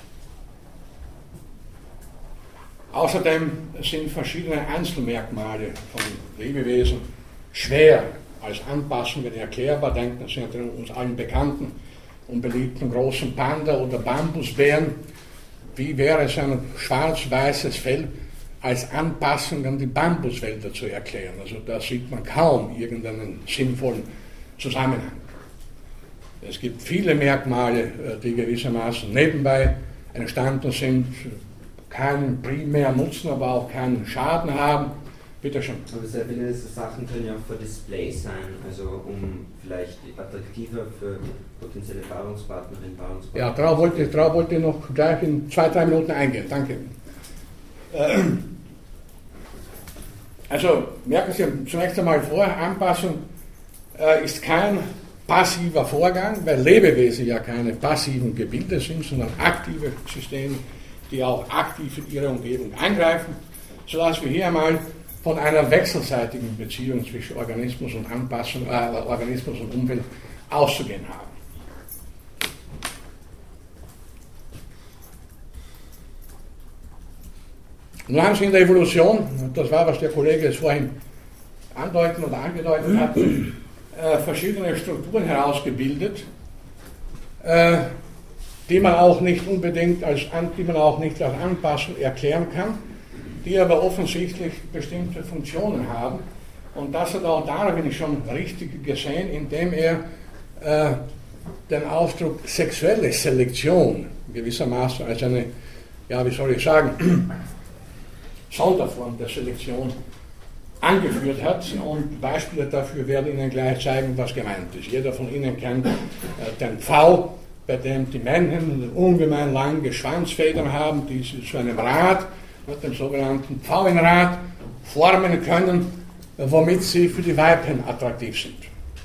Speaker 1: Außerdem sind verschiedene Einzelmerkmale von Lebewesen schwer als Anpassungen erklärbar. Denken Sie an den uns allen bekannten und beliebten großen Panda oder Bambusbären. Wie wäre es, ein schwarz-weißes Fell als Anpassung an die Bambuswälder zu erklären? Also da sieht man kaum irgendeinen sinnvollen Zusammenhang. Es gibt viele Merkmale, die gewissermaßen nebenbei entstanden sind, keinen primären Nutzen, aber auch keinen Schaden haben. Bitte schön.
Speaker 3: Aber sehr viele Sachen können ja auch für Display sein, also um vielleicht attraktiver für potenzielle Paarungspartnerinnen, Paarungspartner.
Speaker 1: Ja, darauf wollte, darauf wollte ich noch gleich in zwei, drei Minuten eingehen. Danke. Also merken Sie zunächst einmal vor, Anpassung äh, ist kein passiver Vorgang, weil Lebewesen ja keine passiven Gebilde sind, sondern aktive Systeme, die auch aktiv in ihre Umgebung eingreifen, sodass wir hier einmal von einer wechselseitigen Beziehung zwischen Organismus und Anpassung, äh, Organismus und Umwelt auszugehen haben. Nun haben Sie in der Evolution, das war, was der Kollege jetzt vorhin andeuten oder angedeutet hat, äh, verschiedene Strukturen herausgebildet, äh, die man auch nicht unbedingt als, die man auch nicht als Anpassung erklären kann, die aber offensichtlich bestimmte Funktionen haben. Und das hat auch Darwin schon richtig gesehen, indem er äh, den Ausdruck sexuelle Selektion gewissermaßen als eine, ja, wie soll ich sagen, Sonderform der Selektion angeführt hat. Und Beispiele dafür werde ich Ihnen gleich zeigen, was gemeint ist. Jeder von Ihnen kennt äh, den Pfau bei dem die Männchen ungemein lange Schwanzfedern haben, die sie zu einem Rad, dem sogenannten Pfauenrad, formen können, womit sie für die Weibchen attraktiv sind.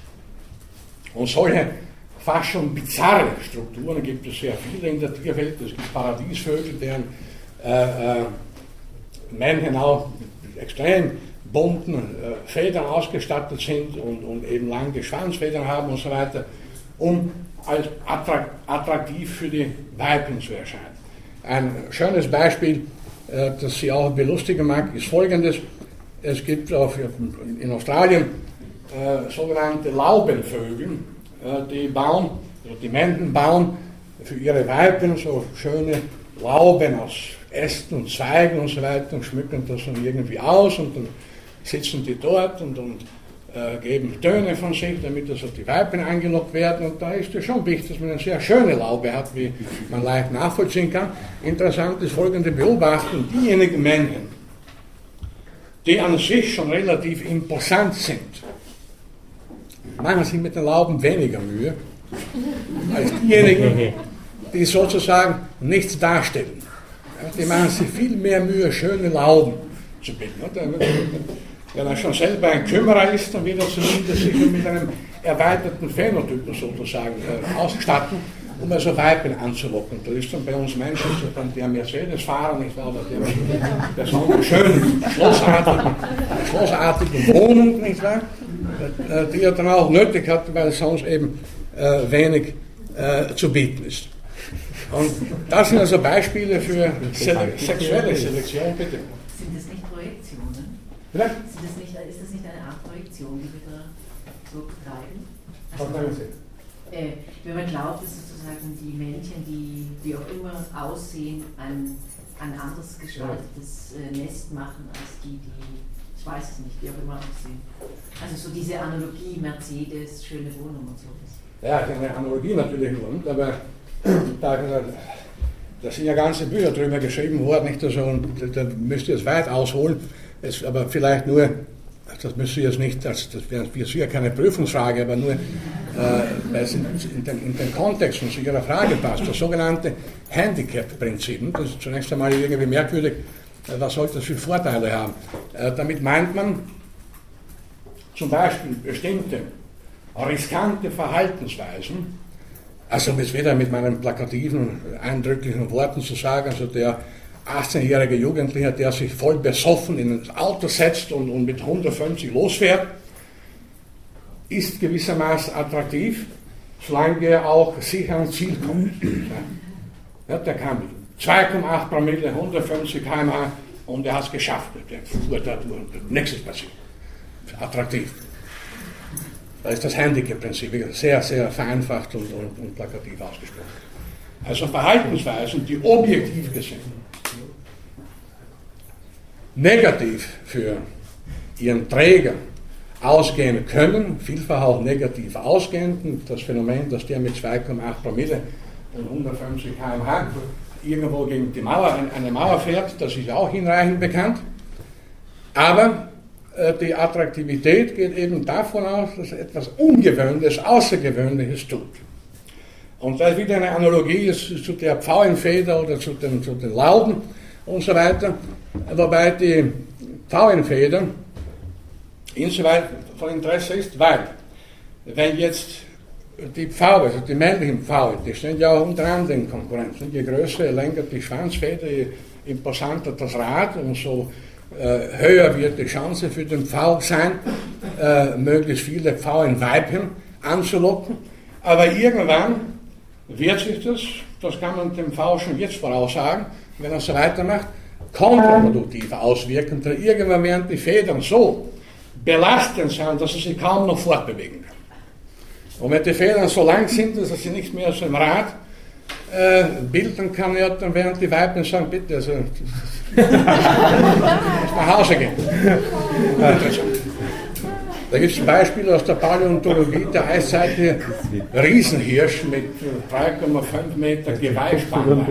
Speaker 1: Und solche fast schon bizarre Strukturen gibt es sehr viele in der Tierwelt. Es gibt Paradiesvögel, deren äh, äh, Männchen auch mit extrem bunten äh, Federn ausgestattet sind und, und eben lange Schwanzfedern haben und so weiter, um als attrakt, attraktiv für die Weibchen zu erscheinen. Ein schönes Beispiel, äh, das Sie auch belustigen mag, ist folgendes. Es gibt auf, in Australien äh, sogenannte Laubenvögel, äh, die bauen, also die Männchen bauen für ihre Weibchen so schöne Lauben aus Ästen und Zweigen und so weiter und schmücken das dann irgendwie aus und dann sitzen die dort und, und äh, geben Töne von sich, damit also die Weibchen angelockt werden. Und da ist es schon wichtig, dass man eine sehr schöne Laube hat, wie man leicht nachvollziehen kann. Interessant ist folgende Beobachtung: Diejenigen Männchen, die an sich schon relativ imposant sind, machen sich mit den Lauben weniger Mühe als diejenigen, die sozusagen nichts darstellen. Die machen sich viel mehr Mühe, schöne Lauben zu bilden. Wenn er schon selber ein Kümmerer ist, dann wird er zumindest sich mit einem erweiterten Phänotypen sozusagen äh, ausstatten, um also Weibchen anzulocken. Das ist dann bei uns Menschen so dann der Mercedes-Fahrer, nicht wahr, oder der besonders schönen, schlossartigen, schlossartigen Wohnung, nicht wahr, die er dann auch nötig hat, weil sonst eben äh, wenig äh, zu bieten ist. Und das sind also Beispiele für sele sexuelle Selektion, bitte.
Speaker 4: Sind das nicht Projektionen?
Speaker 1: Ja?
Speaker 4: Sind das nicht, ist das nicht eine Art Projektion, die wir da so betreiben?
Speaker 1: Was meinen Sie?
Speaker 4: Äh, wenn man glaubt, dass sozusagen die Männchen, die wie auch immer aussehen, ein, ein anderes gestaltetes äh, Nest machen als die, die, ich weiß es nicht, wie auch immer aussehen. Also so diese Analogie Mercedes, schöne Wohnung und sowas.
Speaker 1: Ja, eine Analogie natürlich nur, aber da, da sind ja ganze Bücher drüber geschrieben worden, nicht? Also, und da müsst ihr es weit ausholen, es, aber vielleicht nur, das müsst ihr jetzt nicht, das, das wäre sicher keine Prüfungsfrage, aber nur, äh, weil es in, in, den, in den Kontext zu Ihrer Frage passt, das sogenannte Handicap-Prinzip. Das ist zunächst einmal irgendwie merkwürdig, was sollte das für Vorteile haben? Äh, damit meint man zum Beispiel bestimmte riskante Verhaltensweisen, also jetzt wieder mit meinen plakativen, eindrücklichen Worten zu sagen, also der achtzehnjährige Jugendliche, der sich voll besoffen in ein Auto setzt und, und mit hundertfünfzig losfährt, ist gewissermaßen attraktiv, solange er auch sicher ans Ziel kommt. Ja, der kann mit zwei Komma acht Promille, hundertfünfzig Kilometer pro Stunde und er hat es geschafft. Der fuhr da durch, nichts ist passiert. Attraktiv. Das ist das Handicap-Prinzip, sehr, sehr vereinfacht und, und, und plakativ ausgesprochen. Also Verhaltensweisen, die objektiv gesehen negativ für ihren Träger ausgehen können, vielfach auch negativ ausgehen. Das Phänomen, dass der mit zwei Komma acht Promille und hundertfünfzig Kilometer pro Stunde irgendwo gegen die Mauer, eine Mauer fährt, das ist auch hinreichend bekannt. Aber die Attraktivität geht eben davon aus, dass er etwas Ungewöhnliches, Außergewöhnliches tut. Und da ist wieder eine Analogie zu der Pfauenfeder oder zu den, zu den Lauben und so weiter, wobei die Pfauenfeder insoweit von Interesse ist, weil wenn jetzt die Pfaue, also die männlichen Pfauen, die stehen ja auch unter anderem in Konkurrenz. Je größer, je länger die Schwanzfeder, je imposanter das Rad und so Äh, höher wird die Chance für den Pfau sein, äh, möglichst viele Pfauenweibchen anzulocken. Aber irgendwann wird sich das, das kann man dem Pfau schon jetzt voraussagen, wenn er so weitermacht, kontraproduktiv auswirken. Denn irgendwann werden die Federn so belastend sein, dass er sich kaum noch fortbewegen kann. Und wenn die Federn so lang sind, dass er sie nicht mehr so im Rad äh, bilden kann, ja, dann werden die Weibchen sagen, bitte, also nach Hause gehen. Da gibt es ein Beispiel aus der Paläontologie, der eiszeitliche Riesenhirsch mit drei Komma fünf Meter Geweihspanne.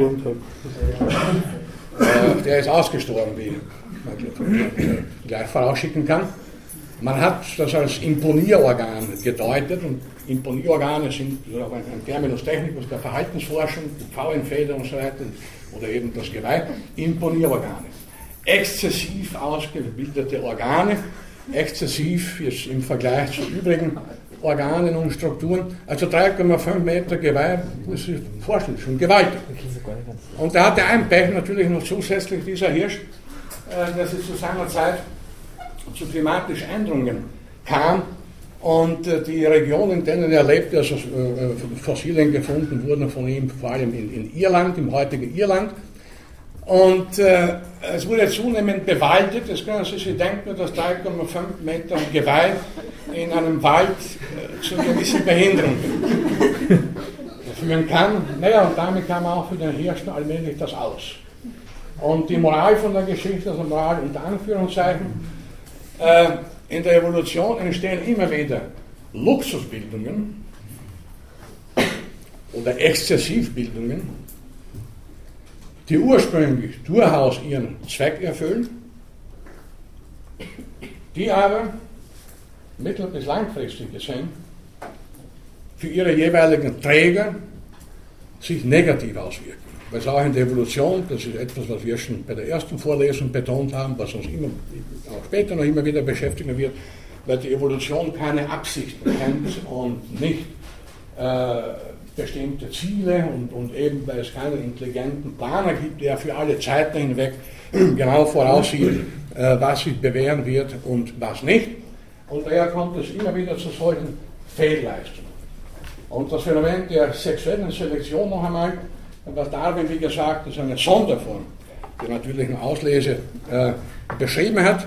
Speaker 1: äh, der ist ausgestorben, wie man gleich vorausschicken kann. Man hat das als Imponierorgan gedeutet und Imponierorgane sind auch ein, ein Terminus technicus der Verhaltensforschung, die Pfauenfeder und so weiter, oder eben das Geweih, Imponierorgane. Exzessiv ausgebildete Organe, exzessiv jetzt im Vergleich zu übrigen Organen und Strukturen, also drei Komma fünf Meter Geweih, das ist vorstellig, schon gewaltig. Und da hatte ein Pech natürlich noch zusätzlich dieser Hirsch, dass es zu seiner Zeit zu klimatischen Änderungen kam und die Regionen, in denen er lebte, also Fossilien gefunden wurden von ihm, vor allem in, in Irland, im heutigen Irland. Und äh, es wurde zunehmend bewaldet, das können Sie sich denken, dass drei Komma fünf Meter Geweih in einem Wald äh, zu gewissen Behinderungen führen kann. Naja, und damit kam auch für den Hirsch allmählich das aus. Und die Moral von der Geschichte, also Moral unter Anführungszeichen, äh, in der Evolution entstehen immer wieder Luxusbildungen oder Exzessivbildungen, die ursprünglich durchaus ihren Zweck erfüllen, die aber mittel- bis langfristig gesehen für ihre jeweiligen Träger sich negativ auswirken. Weil es auch in der Evolution, das ist etwas, was wir schon bei der ersten Vorlesung betont haben, was uns immer, auch später noch immer wieder beschäftigen wird, weil die Evolution keine Absichten kennt und nicht äh, bestimmte Ziele und, und eben, weil es keinen intelligenten Planer gibt, der für alle Zeiten hinweg genau voraussieht, äh, was sich bewähren wird und was nicht. Und daher kommt es immer wieder zu solchen Fehlleistungen. Und das Phänomen der sexuellen Selektion noch einmal, was Darwin, wie gesagt, ist eine Sonderform der natürlichen Auslese äh, beschrieben hat,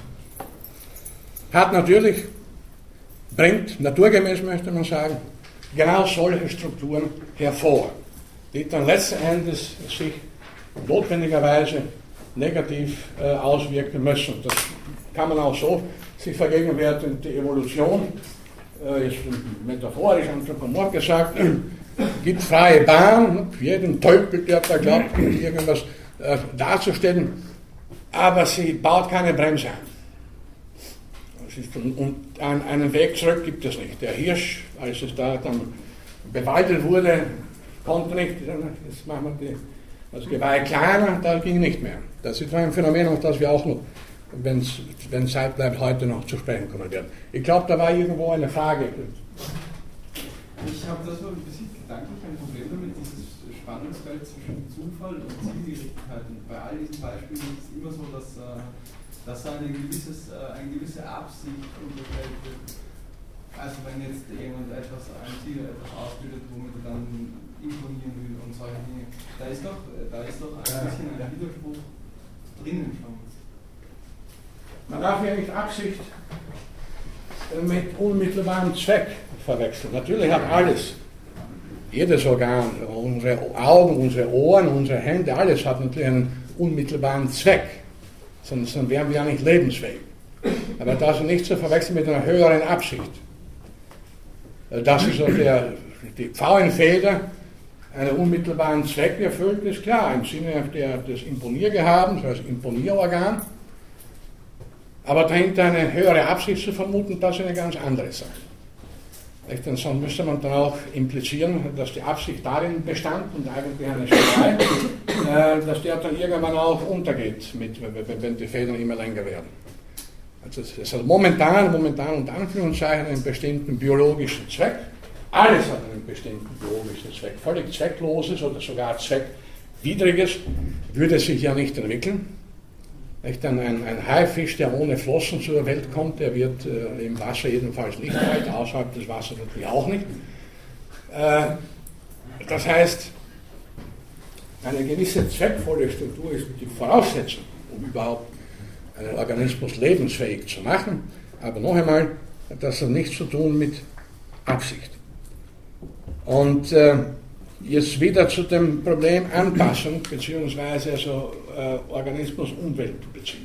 Speaker 1: hat natürlich, bringt naturgemäß, möchte man sagen, genau solche Strukturen hervor, die dann letzten Endes sich notwendigerweise negativ äh, auswirken müssen. Das kann man auch so sich vergegenwärtigen, die Evolution, äh, ist metaphorisch anthropomorph gesagt, gibt freie Bahn, für jeden Tölpel, der da glaubt, irgendwas äh, darzustellen, aber sie baut keine Bremse ein. Und einen Weg zurück gibt es nicht. Der Hirsch, als es da dann bewaldet wurde, konnte nicht, jetzt machen wir die, das Geweih kleiner, da ging nicht mehr. Das ist ein Phänomen, auf das wir auch noch, wenn es Zeit bleibt, heute noch zu sprechen kommen werden. Ich glaube, da war irgendwo eine Frage.
Speaker 5: Ich habe da so ein bisschen gedanklich ein Problem damit, dieses Spannungsfeld zwischen Zufall und Zielgerichtheit. Und bei all diesen Beispielen ist es immer so, dass äh, dass eine, gewisses, äh, eine gewisse Absicht unterstellt wird. Also wenn jetzt jemand etwas, ein Ziel etwas ausbildet, womit er dann imponieren will und solche Dinge, da ist doch, da ist doch ein bisschen ein Widerspruch drinnen schon.
Speaker 1: Man darf ja nicht Absicht mit unmittelbarem Zweck verwechseln. Natürlich hat alles, jedes Organ, unsere Augen, unsere Ohren, unsere Hände, alles hat natürlich einen unmittelbaren Zweck. Sonst wären wir ja nicht lebensfähig. Aber das ist nicht zu verwechseln mit einer höheren Absicht. Dass also der, die Pfauenfeder einen unmittelbaren Zweck erfüllt, ist klar, im Sinne der, des Imponiergehabens, also Imponierorgan. Aber dahinter eine höhere Absicht zu vermuten, das ist eine ganz andere Sache. Denn sonst müsste man dann auch implizieren, dass die Absicht darin bestand und eigentlich eine Spielerei, äh, dass der dann irgendwann auch untergeht, mit, wenn die Federn immer länger werden. Also es hat momentan, momentan unter Anführungszeichen einen bestimmten biologischen Zweck. Alles hat einen bestimmten biologischen Zweck. Völlig zweckloses oder sogar zweckwidriges würde sich ja nicht entwickeln. Nicht? Ein, ein Haifisch, der ohne Flossen zur Welt kommt, der wird äh, im Wasser jedenfalls nicht alt, außerhalb des Wassers natürlich auch nicht. Äh, das heißt, eine gewisse zweckvolle Struktur ist die Voraussetzung, um überhaupt einen Organismus lebensfähig zu machen. Aber noch einmal, das hat nichts zu tun mit Absicht. Und äh, jetzt wieder zu dem Problem Anpassung bzw. Also, äh, Organismus-Umwelt-Beziehung.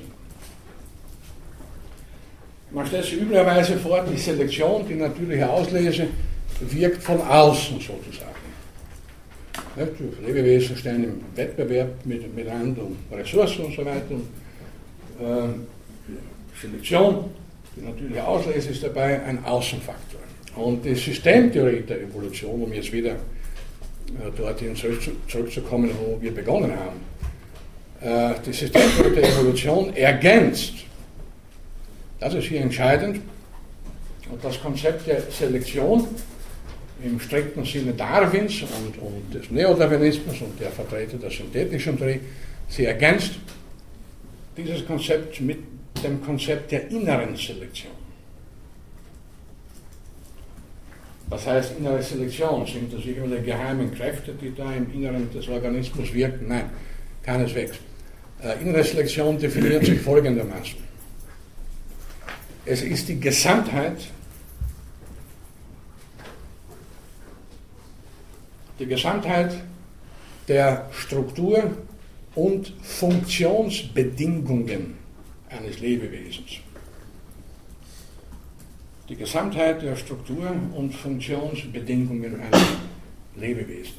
Speaker 1: Man stellt sich üblicherweise vor, die Selektion, die natürliche Auslese, wirkt von außen sozusagen. Ja, die Lebewesen stehen im Wettbewerb mit, miteinander um Ressourcen und so weiter. Und, äh, Selektion die natürliche Auslese ist dabei ein Außenfaktor. Und die Systemtheorie der Evolution, um jetzt wieder äh, dorthin zurück, zurückzukommen, wo wir begonnen haben, äh, die Systemtheorie der Evolution ergänzt, das ist hier entscheidend, und das Konzept der Selektion im strikten Sinne Darwins und, und des Neodarwinismus und der Vertreter der synthetischen Theorie, sie ergänzt dieses Konzept mit dem Konzept der inneren Selektion. Was heißt innere Selektion? Sind das irgendwelche geheimen Kräfte, die da im Inneren des Organismus wirken? Nein, keineswegs. Äh, innere Selektion definiert sich folgendermaßen. Es ist die Gesamtheit, die Gesamtheit der Struktur und Funktionsbedingungen eines Lebewesens. Die Gesamtheit der Struktur und Funktionsbedingungen eines Lebewesens.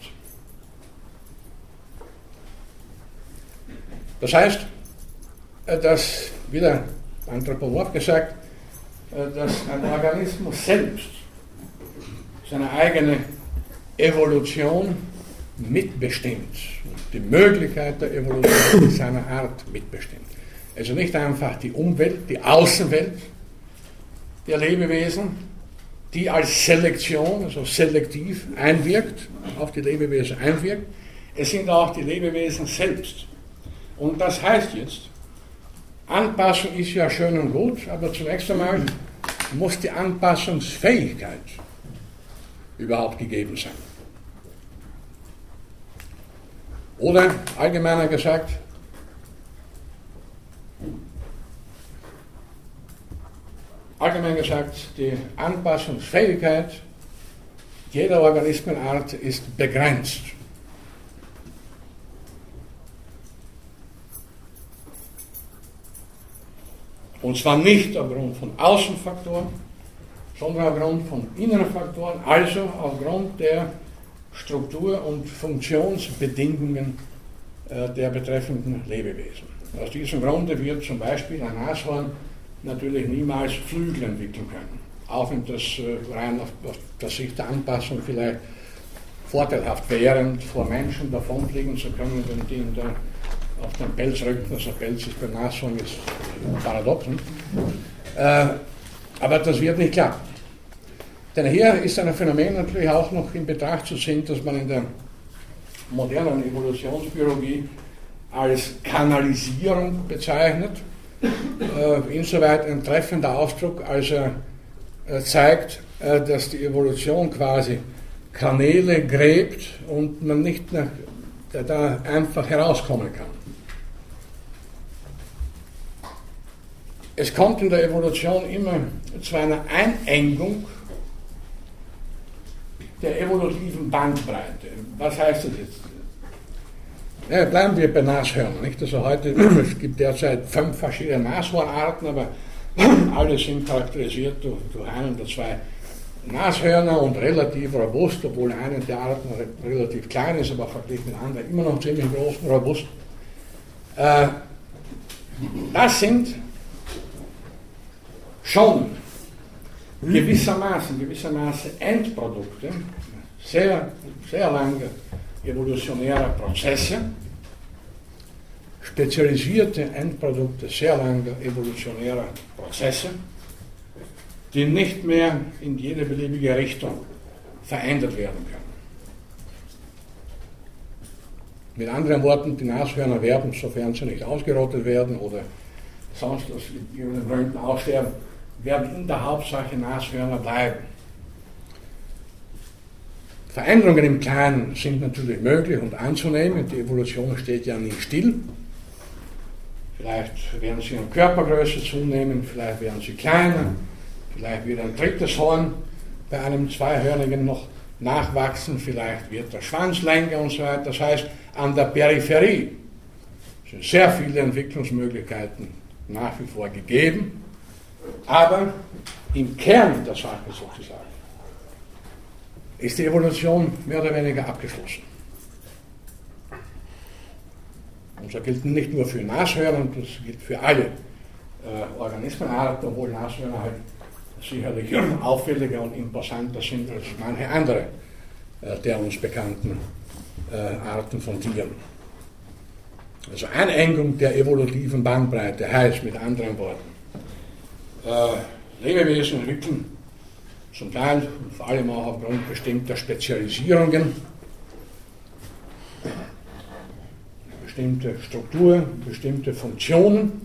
Speaker 1: Das heißt, dass, wieder anthropomorph gesagt, dass ein Organismus selbst seine eigene Evolution mitbestimmt, die Möglichkeit der Evolution seiner Art mitbestimmt. Also nicht einfach die Umwelt, die Außenwelt der Lebewesen, die als Selektion, also selektiv einwirkt, auf die Lebewesen einwirkt. Es sind auch die Lebewesen selbst. Und das heißt jetzt, Anpassung ist ja schön und gut, aber zunächst einmal muss die Anpassungsfähigkeit überhaupt gegeben sein. Oder allgemeiner gesagt, allgemein gesagt, die Anpassungsfähigkeit jeder Organismenart ist begrenzt. Und zwar nicht aufgrund von Außenfaktoren, sondern aufgrund von inneren Faktoren, also aufgrund der Struktur- und Funktionsbedingungen äh, der betreffenden Lebewesen. Aus diesem Grunde wird zum Beispiel ein Nashorn natürlich niemals Flügel entwickeln können, auch wenn das äh, rein auf, auf der Sicht der Anpassung vielleicht vorteilhaft wäre, vor Menschen davonfliegen zu können, wenn die in der, auf dem Pelzrücken, also Pelz ist beim Nashorn ist paradox, äh, aber das wird nicht klappen. Denn hier ist ein Phänomen natürlich auch noch in Betracht zu ziehen, das man in der modernen Evolutionsbiologie als Kanalisierung bezeichnet. Äh, insoweit ein treffender Ausdruck, als er äh, zeigt, äh, dass die Evolution quasi Kanäle gräbt und man nicht nach, äh, da einfach herauskommen kann. Es kommt in der Evolution immer zu einer Einengung der evolutiven Bandbreite. Was heißt das jetzt? Ja, bleiben wir bei Nashörnern. Nicht? Also heute, es gibt derzeit fünf verschiedene Nashornarten, aber alle sind charakterisiert durch, durch ein oder zwei Nashörner und relativ robust, obwohl eine der Arten relativ klein ist, aber verglichen mit anderen immer noch ziemlich groß und robust. Äh, das sind schon gewissermaßen, gewissermaßen Endprodukte sehr, sehr lange evolutionärer Prozesse, spezialisierte Endprodukte sehr langer evolutionärer Prozesse, die nicht mehr in jede beliebige Richtung verändert werden können. Mit anderen Worten, die Nashörner werden, sofern sie nicht ausgerottet werden oder sonst aus irgendwelchen Gründen aussterben, werden in der Hauptsache Nashörner bleiben. Veränderungen im Kleinen sind natürlich möglich und anzunehmen. Die Evolution steht ja nie still. Vielleicht werden sie in Körpergröße zunehmen, vielleicht werden sie kleiner, vielleicht wird ein drittes Horn bei einem Zweihörnigen noch nachwachsen, vielleicht wird der Schwanz länger und so weiter. Das heißt, an der Peripherie sind sehr viele Entwicklungsmöglichkeiten nach wie vor gegeben, aber im Kern der Sache sozusagen ist die Evolution mehr oder weniger abgeschlossen. Und das gilt nicht nur für Nashörner, das gilt für alle äh, Organismenart, obwohl Nashörner halt sicherlich auffälliger und imposanter sind als manche andere äh, der uns bekannten äh, Arten von Tieren. Also Einengung der evolutiven Bandbreite heißt mit anderen Worten, äh, Lebewesen entwickeln zum Teil, vor allem auch aufgrund bestimmter Spezialisierungen, bestimmte Struktur, bestimmte Funktionen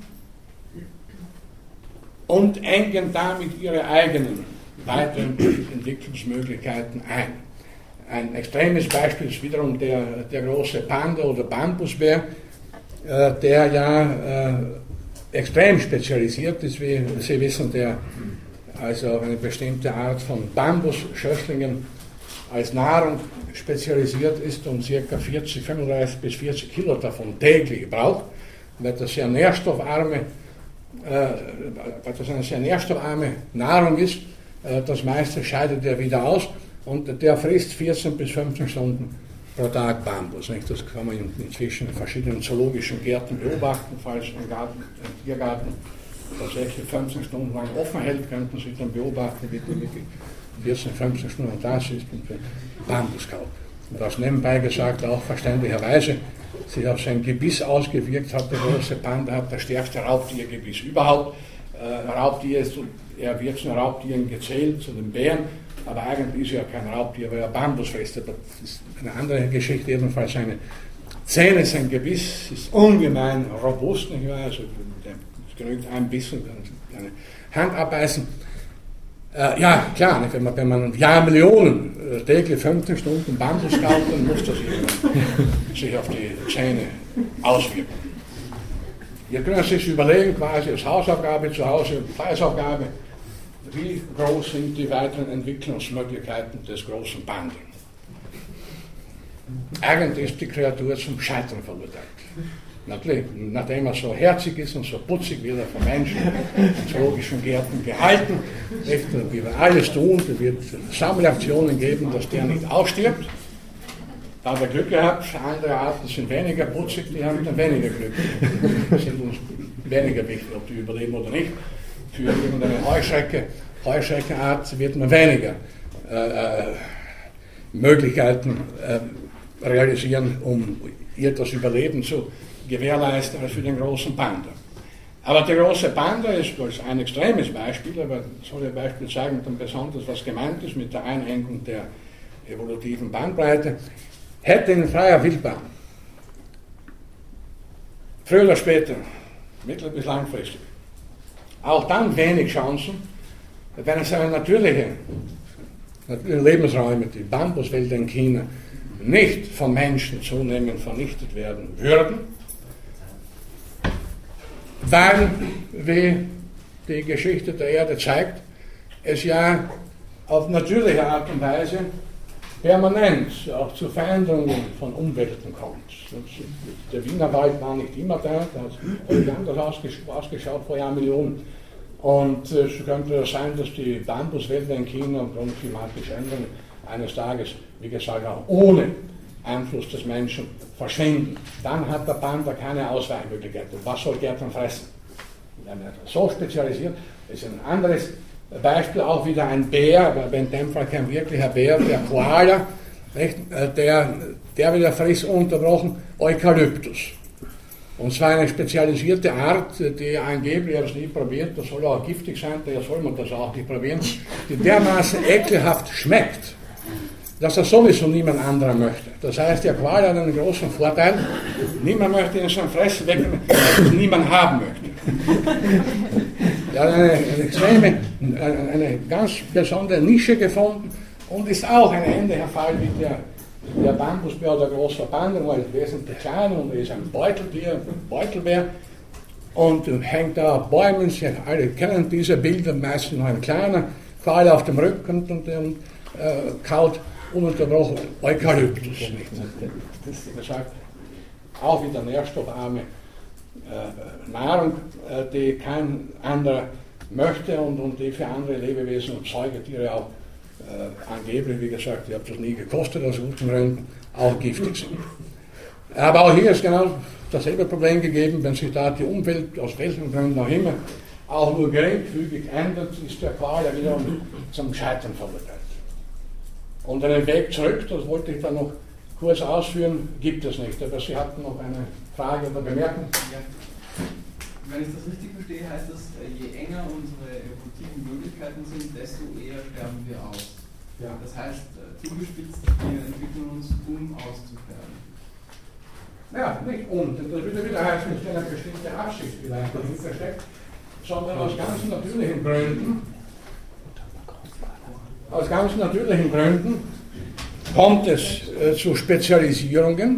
Speaker 1: und engen damit ihre eigenen weiteren Entwicklungsmöglichkeiten ein. Ein extremes Beispiel ist wiederum der, der große Panda oder Bambusbär, äh, der ja äh, extrem spezialisiert ist, wie Sie wissen, der also auf eine bestimmte Art von Bambusschösslingen als Nahrung spezialisiert ist und ca. vierzig, fünfunddreißig bis vierzig Kilo davon täglich braucht, weil das sehr nährstoffarme, äh, weil das eine sehr nährstoffarme Nahrung ist. Äh, das meiste scheidet er wieder aus und der frisst vierzehn bis fünfzehn Stunden pro Tag Bambus. Nicht? Das kann man inzwischen in verschiedenen zoologischen Gärten beobachten, falls ein, Garten, ein Tiergarten tatsächlich fünfzehn Stunden lang offen hält, könnten Sie dann beobachten, wie die vierzehn, fünfzehn Stunden da sitzt und Bambus kaut. Und das nebenbei gesagt auch verständlicherweise sich auf sein Gebiss ausgewirkt hat. Der große Panda hat das stärkste Raubtiergebiss überhaupt. Äh, Raubtier ist, er wird zu den Raubtieren gezählt, zu den Bären, aber eigentlich ist er ja kein Raubtier, weil er Bambus frisst. Das ist eine andere Geschichte, jedenfalls seine Zähne, sein Gebiss ist ungemein robust, nicht wahr? Also, es genügt ein Biss und eine Hand abbeißen. Äh, ja, klar, nicht? Wenn man, wenn man Jahrmillionen äh, täglich fünfzehn Stunden Bambus kaut, dann muss das sich auf die Zähne auswirken. Ihr könnt sich überlegen, quasi als Hausaufgabe zu Hause, Fleißaufgabe, wie groß sind die weiteren Entwicklungsmöglichkeiten des großen Panda. Eigentlich ist die Kreatur zum Scheitern verurteilt. Natürlich, nachdem er so herzig ist und so putzig, wird er von Menschen in zoologischen Gärten gehalten. Er wird alles tun, es wird Sammelaktionen geben, dass der nicht ausstirbt. Da hat er Glück gehabt, andere Arten sind weniger putzig, die haben dann weniger Glück. Die sind uns weniger wichtig, ob die überleben oder nicht. Für irgendeine Heuschrecke, Heuschreckenart wird man weniger äh, Möglichkeiten äh, realisieren, um ihr das Überleben zu gewährleisten als für den großen Panda. Aber der große Panda ist ein extremes Beispiel, aber soll ein Beispiel zeigen, dann besonders was gemeint ist mit der Einengung der evolutiven Bandbreite. Hätte in freier Wildbahn früher oder später, mittel- bis langfristig, auch dann wenig Chancen, wenn es seine natürliche, natürliche Lebensräume, die Bambuswälder in China, nicht von Menschen zunehmend vernichtet werden würden, weil, wie die Geschichte der Erde zeigt, es ja auf natürliche Art und Weise permanent auch zu Veränderungen von Umwelten kommt. Der Wiener Wald war nicht immer da, der hat völlig anders ausgeschaut vor Jahrmillionen. Und es äh, könnte sein, dass die Bambuswälder in China aufgrund klimatischer Änderungen eines Tages, wie gesagt, auch ohne Einfluss des Menschen verschwinden. Dann hat der Panda keine Ausweichmöglichkeit. Was soll der dann fressen? So spezialisiert ist ein anderes Beispiel, auch wieder ein Bär, aber in dem Fall kein wirklicher Bär, der Koala, nicht? Der, der wieder frisst ununterbrochen Eukalyptus. Und zwar eine spezialisierte Art, die angeblich, er es nie probiert, das soll auch giftig sein, daher soll man das auch nicht probieren, die dermaßen ekelhaft schmeckt, dass das sowieso niemand anderer möchte. Das heißt, der Koala hat einen großen Vorteil, niemand möchte ihn sein Fressen wegnehmen, weil es niemand haben möchte. Er hat eine, eine, extreme, eine, eine ganz besondere Nische gefunden und ist auch ein ähnlicher Fall wie der, der Bambusbär oder großer Panda, nur ein wesentlich kleiner und ist ein Beuteltier, ein Beutelbär und hängt da auf Bäumen. Sie alle kennen diese Bilder, meistens noch ein kleiner, Koala auf dem Rücken und, und äh, kaut ununterbrochen Eukalyptus. Das ist gesagt, auch wieder nährstoffarme äh, Nahrung, äh, die kein anderer möchte und, und die für andere Lebewesen und Säugetiere auch äh, angeblich, wie gesagt, ich habe das nie gekostet aus guten Gründen, auch giftig sind. Aber auch hier ist genau dasselbe Problem gegeben, wenn sich da die Umwelt aus welchen Gründen auch immer auch nur geringfügig ändert, ist der Qual ja wiederum zum Scheitern verurteilt. Und einen Weg zurück, das wollte ich dann noch kurz ausführen, gibt es nicht. Aber Sie hatten noch eine Frage oder Bemerkung?
Speaker 5: Ja. Wenn ich das richtig verstehe, heißt das, je enger unsere evolutiven Möglichkeiten sind, desto eher sterben wir aus. Ja. Das heißt, zugespitzt, wir entwickeln uns, um auszusterben.
Speaker 1: Ja, nicht um, das würde wieder heißen, dass eine bestimmte Absicht vielleicht dahinter steckt, sondern aus ganz natürlichen Gründen, aus ganz natürlichen Gründen kommt es äh, zu Spezialisierungen,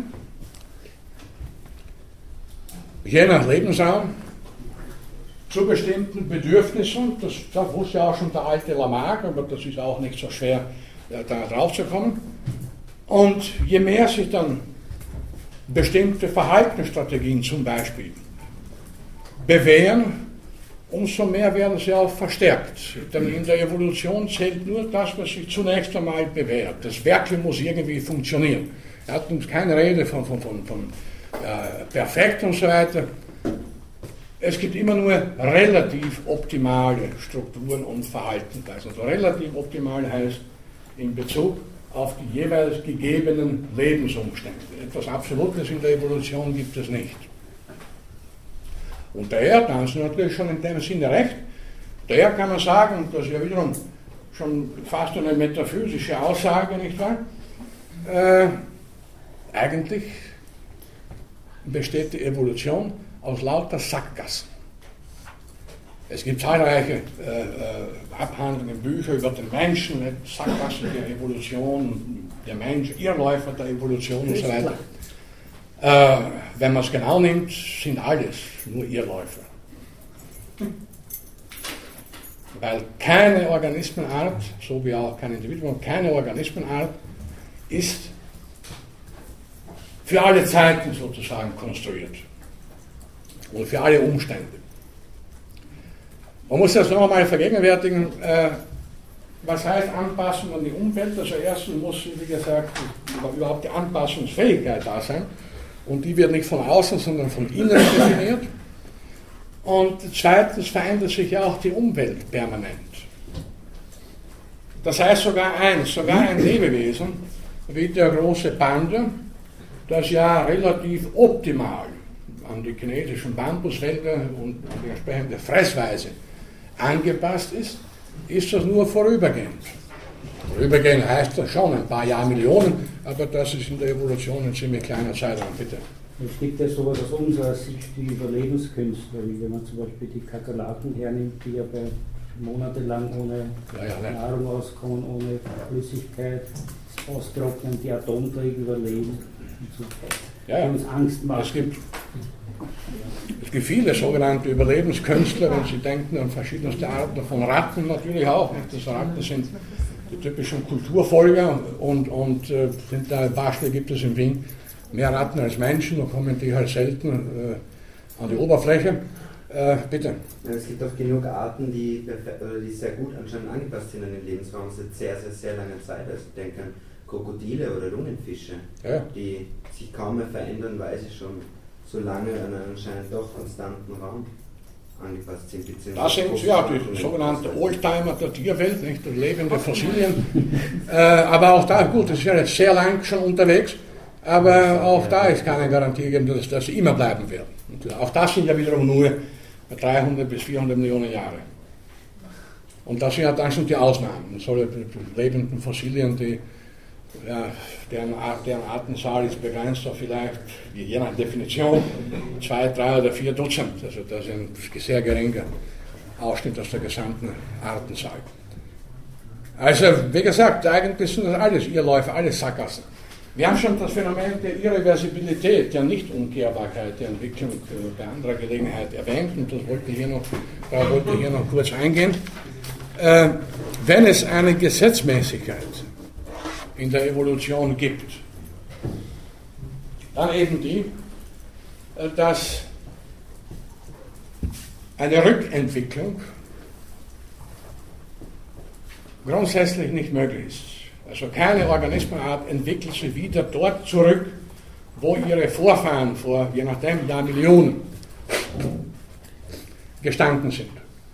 Speaker 1: je nach Lebensraum, zu bestimmten Bedürfnissen. Das, das wusste auch schon der alte Lamarck, aber das ist auch nicht so schwer, äh, da drauf zu kommen. Und je mehr sich dann bestimmte Verhaltensstrategien zum Beispiel bewähren, umso mehr werden sie auch verstärkt. Denn in der Evolution zählt nur das, was sich zunächst einmal bewährt. Das Werkle muss irgendwie funktionieren. Er hat uns keine Rede von, von, von, von äh, perfekt und so weiter. Es gibt immer nur relativ optimale Strukturen und Verhaltensweisen. Also relativ optimal heißt in Bezug auf die jeweils gegebenen Lebensumstände. Etwas Absolutes in der Evolution gibt es nicht. Und daher, da haben Sie natürlich schon in dem Sinne recht, daher kann man sagen, und das ist ja wiederum schon fast eine metaphysische Aussage, nicht wahr? Äh, eigentlich besteht die Evolution aus lauter Sackgassen. Es gibt zahlreiche äh, äh, Abhandlungen, Bücher über den Menschen, Sackgassen der Evolution, der Mensch, Irrläufer der Evolution und so weiter. Äh, wenn man es genau nimmt, sind alles nur Irrläufer. Weil keine Organismenart, so wie auch kein Individuum, keine Organismenart ist für alle Zeiten sozusagen konstruiert. Und für alle Umstände. Man muss das noch einmal vergegenwärtigen, äh, was heißt Anpassung an die Umwelt? Also erstens muss, wie gesagt, überhaupt die Anpassungsfähigkeit da sein. Und die wird nicht von außen, sondern von innen definiert. Und zweitens verändert sich ja auch die Umwelt permanent. Das heißt sogar eins, sogar ein Lebewesen wie der große Panda, das ja relativ optimal an die chinesischen Bambuswälder und an die entsprechende Fressweise angepasst ist, ist das nur vorübergehend. Vorübergehend heißt das schon ein paar Jahrmillionen, aber das ist in der Evolution ein ziemlich kleiner Zeitraum, bitte.
Speaker 6: Es gibt ja sowas aus unserer Sicht wie Überlebenskünstler, wie wenn man zum Beispiel die Kakerlaken hernimmt, die ja bei monatelang ohne ja, ja, Nahrung auskommen, ohne Flüssigkeit, austrocknen, die Atomkrieg überleben und so.
Speaker 1: Ja, ja.
Speaker 6: Die uns Angst machen.
Speaker 1: Es gibt, es gibt viele sogenannte Überlebenskünstler, wenn Sie denken an verschiedenste Arten von Ratten natürlich auch. Das Ratten sind die typischen Kulturfolger und, und äh, sind da ein Beispiel gibt es in Wien mehr Ratten als Menschen, da kommen die halt selten äh, an die Oberfläche. Äh, bitte.
Speaker 3: Ja, es gibt auch genug Arten, die, die sehr gut anscheinend angepasst sind an den Lebensraum seit sehr, sehr, sehr langer Zeit. Also ich denke an Krokodile oder Lungenfische, ja. Die sich kaum mehr verändern, weil sie schon so lange an einen anscheinend doch konstanten Raum angepasst sind.
Speaker 1: Das sind ja die sogenannten Oldtimer der Tierwelt, nicht, lebende Fossilien. äh, aber auch da, gut, das ist ja jetzt sehr lang schon unterwegs, aber auch da ist keine Garantie gegeben, dass, dass sie immer bleiben werden. Und auch das sind ja wiederum nur dreihundert bis vierhundert Millionen Jahre. Und das sind ja dann schon die Ausnahmen. Solche lebenden Fossilien, die ja, deren, Art, deren Artenzahl ist begrenzt auf vielleicht, je nach Definition, zwei, drei oder vier Dutzend. Also das ist ein sehr geringer Ausschnitt aus der gesamten Artenzahl. Also, wie gesagt, eigentlich sind das alles Irrläufe, alles Sackgassen. Wir haben schon das Phänomen der Irreversibilität, der Nichtumkehrbarkeit der Entwicklung bei anderer Gelegenheit erwähnt und das wollte ich hier noch, da wollte ich hier noch kurz eingehen. Äh, wenn es eine Gesetzmäßigkeit in der Evolution gibt, dann eben die, dass eine Rückentwicklung grundsätzlich nicht möglich ist. Also keine Organismenart entwickelt sich wieder dort zurück, wo ihre Vorfahren vor, je nachdem, Jahrmillionen gestanden sind.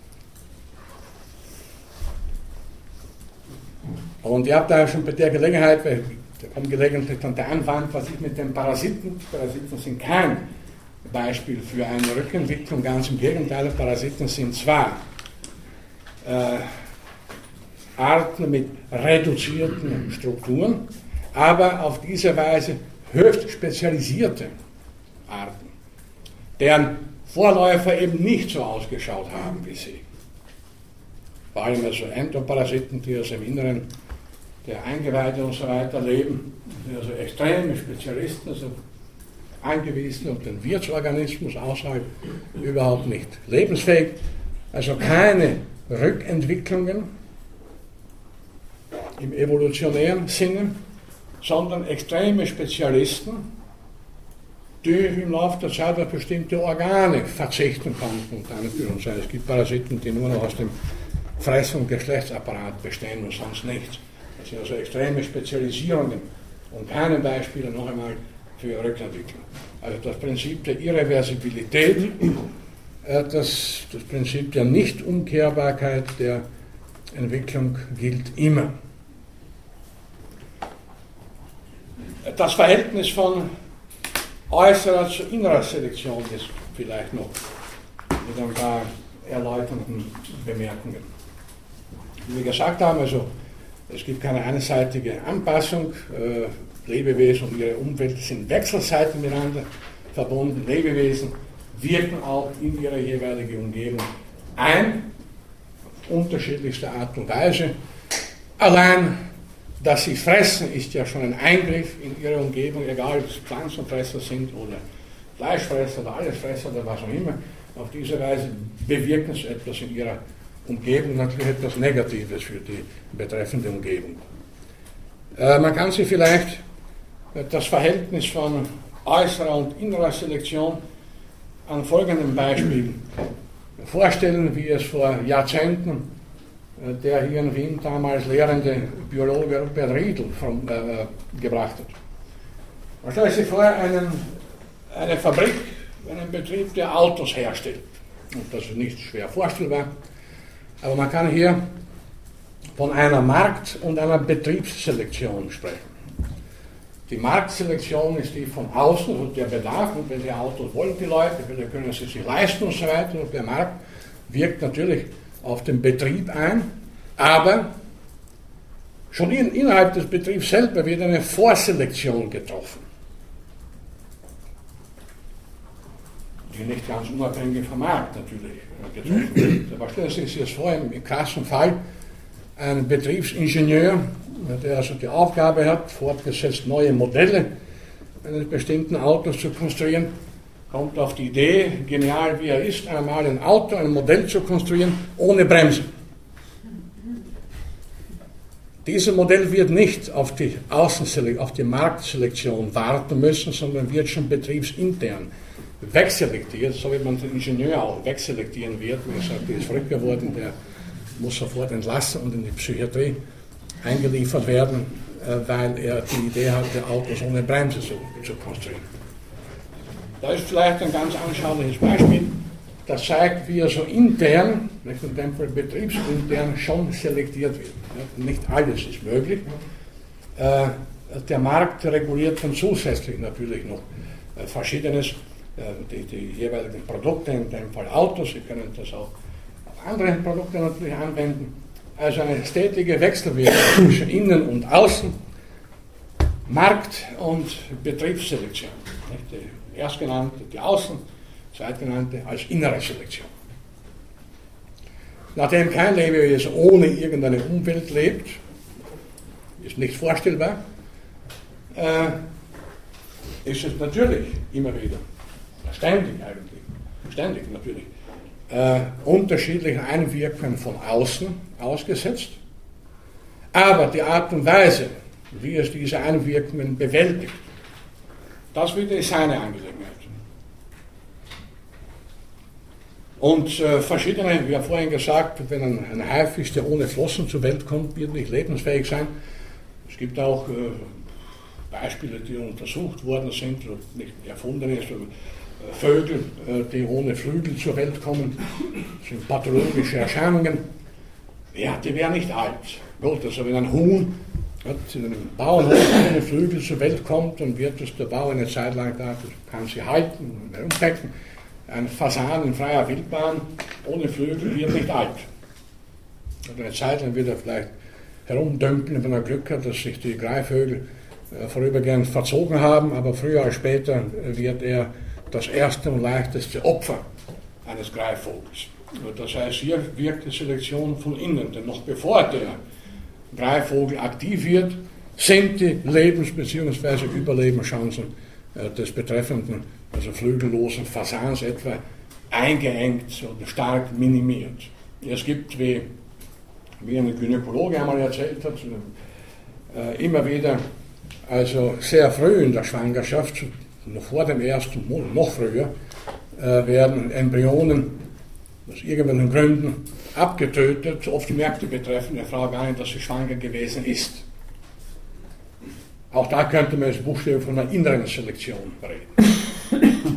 Speaker 1: Und ihr habt da schon bei der Gelegenheit, weil da kommt gelegentlich dann der Anwand, was ist mit den Parasiten? Parasiten sind kein Beispiel für eine Rückentwicklung, ganz im Gegenteil, Parasiten sind zwar äh, Arten mit reduzierten Strukturen, aber auf diese Weise höchst spezialisierte Arten, deren Vorläufer eben nicht so ausgeschaut haben wie sie. Vor allem also Entoparasiten, die also im Inneren der Eingeweide und so weiter leben, die also extreme Spezialisten, also angewiesen auf den Wirtsorganismus außerhalb überhaupt nicht lebensfähig, also keine Rückentwicklungen im evolutionären Sinne, sondern extreme Spezialisten, die im Laufe der Zeit auf bestimmte Organe verzichten konnten. Und dann es gibt Parasiten, die nur noch aus dem Fress- und Geschlechtsapparat bestehen und sonst nichts. Das sind also extreme Spezialisierungen und keine Beispiele noch einmal für Rückentwicklung. Also das Prinzip der Irreversibilität, äh, das, das Prinzip der Nichtumkehrbarkeit der Entwicklung gilt immer. Das Verhältnis von äußerer zu innerer Selektion ist vielleicht noch mit ein paar erläuternden Bemerkungen. Wie wir gesagt haben, also es gibt keine einseitige Anpassung. Äh, Lebewesen und ihre Umwelt sind wechselseitig miteinander verbunden. Lebewesen wirken auch in ihre jeweilige Umgebung ein, auf unterschiedlichste Art und Weise. Allein, dass sie fressen, ist ja schon ein Eingriff in ihre Umgebung, egal ob es Pflanzenfresser sind oder Fleischfresser oder Allesfresser oder was auch immer. Auf diese Weise bewirken sie etwas in ihrer Umgebung, natürlich etwas Negatives für die betreffende Umgebung. Äh, man kann sich vielleicht das Verhältnis von äußerer und innerer Selektion an folgendem Beispiel vorstellen, wie es vor Jahrzehnten der hier in Wien damals lehrende Biologe Rupert Riedl vom, äh, gebracht hat. Man stellt sich vor, einen, eine Fabrik, einen Betrieb, der Autos herstellt. Und das ist nicht schwer vorstellbar, aber man kann hier von einer Markt- und einer Betriebsselektion sprechen. Die Marktselektion ist die von außen, also der Bedarf, und welche Autos wollen die Leute, welche können sie sich leisten und so weiter. Und der Markt wirkt natürlich auf den Betrieb ein, aber schon in, innerhalb des Betriebs selber wird eine Vorselektion getroffen, die nicht ganz unabhängig vom Markt natürlich getroffen wird. Aber stellen Sie sich das vor, im krassen Fall, ein Betriebsingenieur, der also die Aufgabe hat, fortgesetzt neue Modelle eines bestimmten Autos zu konstruieren, kommt auf die Idee, genial wie er ist, einmal ein Auto, ein Modell zu konstruieren, ohne Bremsen. Dieses Modell wird nicht auf die Außenselektion, auf die Marktselektion warten müssen, sondern wird schon betriebsintern wegselektiert, so wie man den Ingenieur auch wegselektieren wird. Wie gesagt, der ist verrückt geworden, der muss sofort entlassen und in die Psychiatrie eingeliefert werden, weil er die Idee hatte, Autos ohne Bremse zu, zu konstruieren. Das ist vielleicht ein ganz anschauliches Beispiel, das zeigt, wie er so intern, in dem Fall betriebsintern, schon selektiert wird. Nicht alles ist möglich. Der Markt reguliert dann zusätzlich natürlich noch Verschiedenes, die, die jeweiligen Produkte, in dem Fall Autos, Sie können das auch auf andere Produkte natürlich anwenden. Also eine stetige Wechselwirkung zwischen Innen und Außen, Markt und Betriebsselektion. Die erstgenannte, die Außen, zweitgenannte als innere Selektion. Nachdem kein Lebewesen ohne irgendeine Umwelt lebt, ist nicht vorstellbar, äh, ist es natürlich immer wieder, ständig eigentlich, ständig natürlich, äh, unterschiedlichen Einwirkungen von außen ausgesetzt. Aber die Art und Weise, wie es diese Einwirkungen bewältigt, das wieder ist seine Angelegenheit. Und äh, verschiedene, wie ja vorhin gesagt, wenn ein, ein Haifisch, der ohne Flossen zur Welt kommt, wird nicht lebensfähig sein. Es gibt auch äh, Beispiele, die untersucht worden sind, nicht erfunden ist, Vögel, die ohne Flügel zur Welt kommen, sind pathologische Erscheinungen. Ja, die wären nicht alt. Gut, also wenn ein Huhn in einem Bauernhof ohne Flügel zur Welt kommt, dann wird es der Bauer eine Zeit lang da, kann sie halten und herumpecken. Ein Fasan in freier Wildbahn ohne Flügel wird nicht alt. Also eine Zeit lang wird er vielleicht herumdümpeln, wenn er Glück hat, dass sich die Greifvögel äh, vorübergehend verzogen haben, aber früher oder später wird er das erste und leichteste Opfer eines Greifvogels. Das heißt, hier wirkt die Selektion von innen, denn noch bevor der Greifvogel aktiv wird, sind die Lebens- bzw. Überlebenschancen äh, des betreffenden, also flügellosen Fasans etwa, eingeengt und stark minimiert. Es gibt, wie, wie ein Gynäkologe einmal erzählt hat, äh, immer wieder, also sehr früh in der Schwangerschaft, noch vor dem ersten Monat, noch früher, äh, werden Embryonen aus irgendwelchen Gründen abgetötet. Oft merkt die betreffende Frau gar nicht, dass sie schwanger gewesen ist. Auch da könnte man jetzt buchstäblich von einer inneren Selektion reden.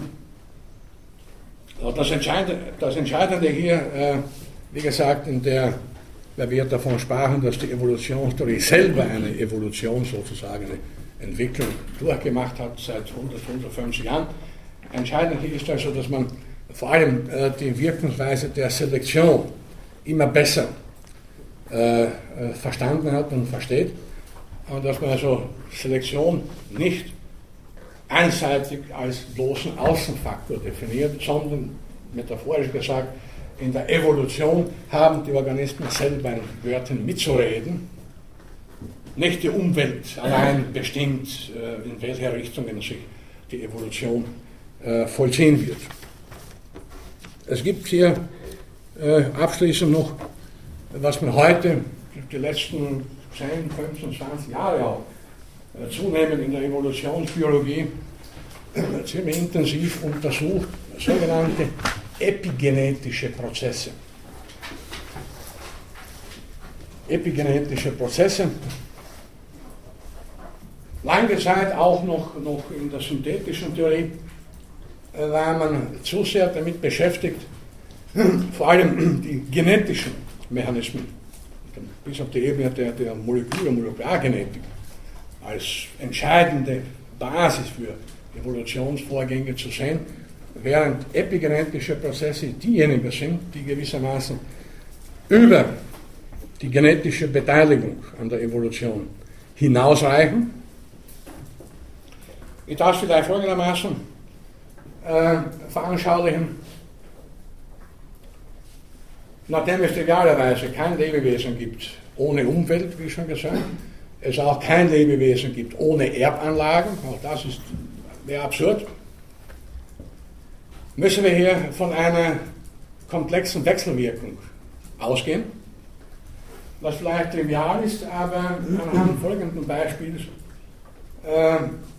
Speaker 1: Das Entscheidende, das Entscheidende hier, äh, wie gesagt, in der, weil wir davon sprachen, dass die Evolutionstheorie selber eine Evolution, sozusagen eine Entwicklung durchgemacht hat seit hundert, hundertfünfzig Jahren. Entscheidend hier ist also, dass man vor allem äh, die Wirkungsweise der Selektion immer besser äh, äh, verstanden hat und versteht. Und dass man also Selektion nicht einseitig als bloßen Außenfaktor definiert, sondern metaphorisch gesagt, in der Evolution haben die Organismen selber ein Wörtchen mitzureden. Nicht die Umwelt allein bestimmt, äh, in welcher Richtung sich die Evolution äh, vollziehen wird. Es gibt hier äh, abschließend noch, was man heute, die letzten zehn, fünfzehn, zwanzig Jahre auch, äh, zunehmend in der Evolutionsbiologie äh, ziemlich intensiv untersucht, sogenannte epigenetische Prozesse. Epigenetische Prozesse. Lange Zeit auch noch, noch in der synthetischen Theorie war man zu sehr damit beschäftigt, vor allem die genetischen Mechanismen, bis auf die Ebene der, der Molekül- und Molekulargenetik, als entscheidende Basis für Evolutionsvorgänge zu sehen, während epigenetische Prozesse diejenigen sind, die gewissermaßen über die genetische Beteiligung an der Evolution hinausreichen. Ich darf es vielleicht folgendermaßen Äh, veranschaulichen. Nachdem es idealerweise kein Lebewesen gibt ohne Umwelt, wie schon gesagt, es auch kein Lebewesen gibt ohne Erbanlagen, auch das ist wäre absurd, müssen wir hier von einer komplexen Wechselwirkung ausgehen, was vielleicht trivial ist, aber anhand folgenden Beispiels äh,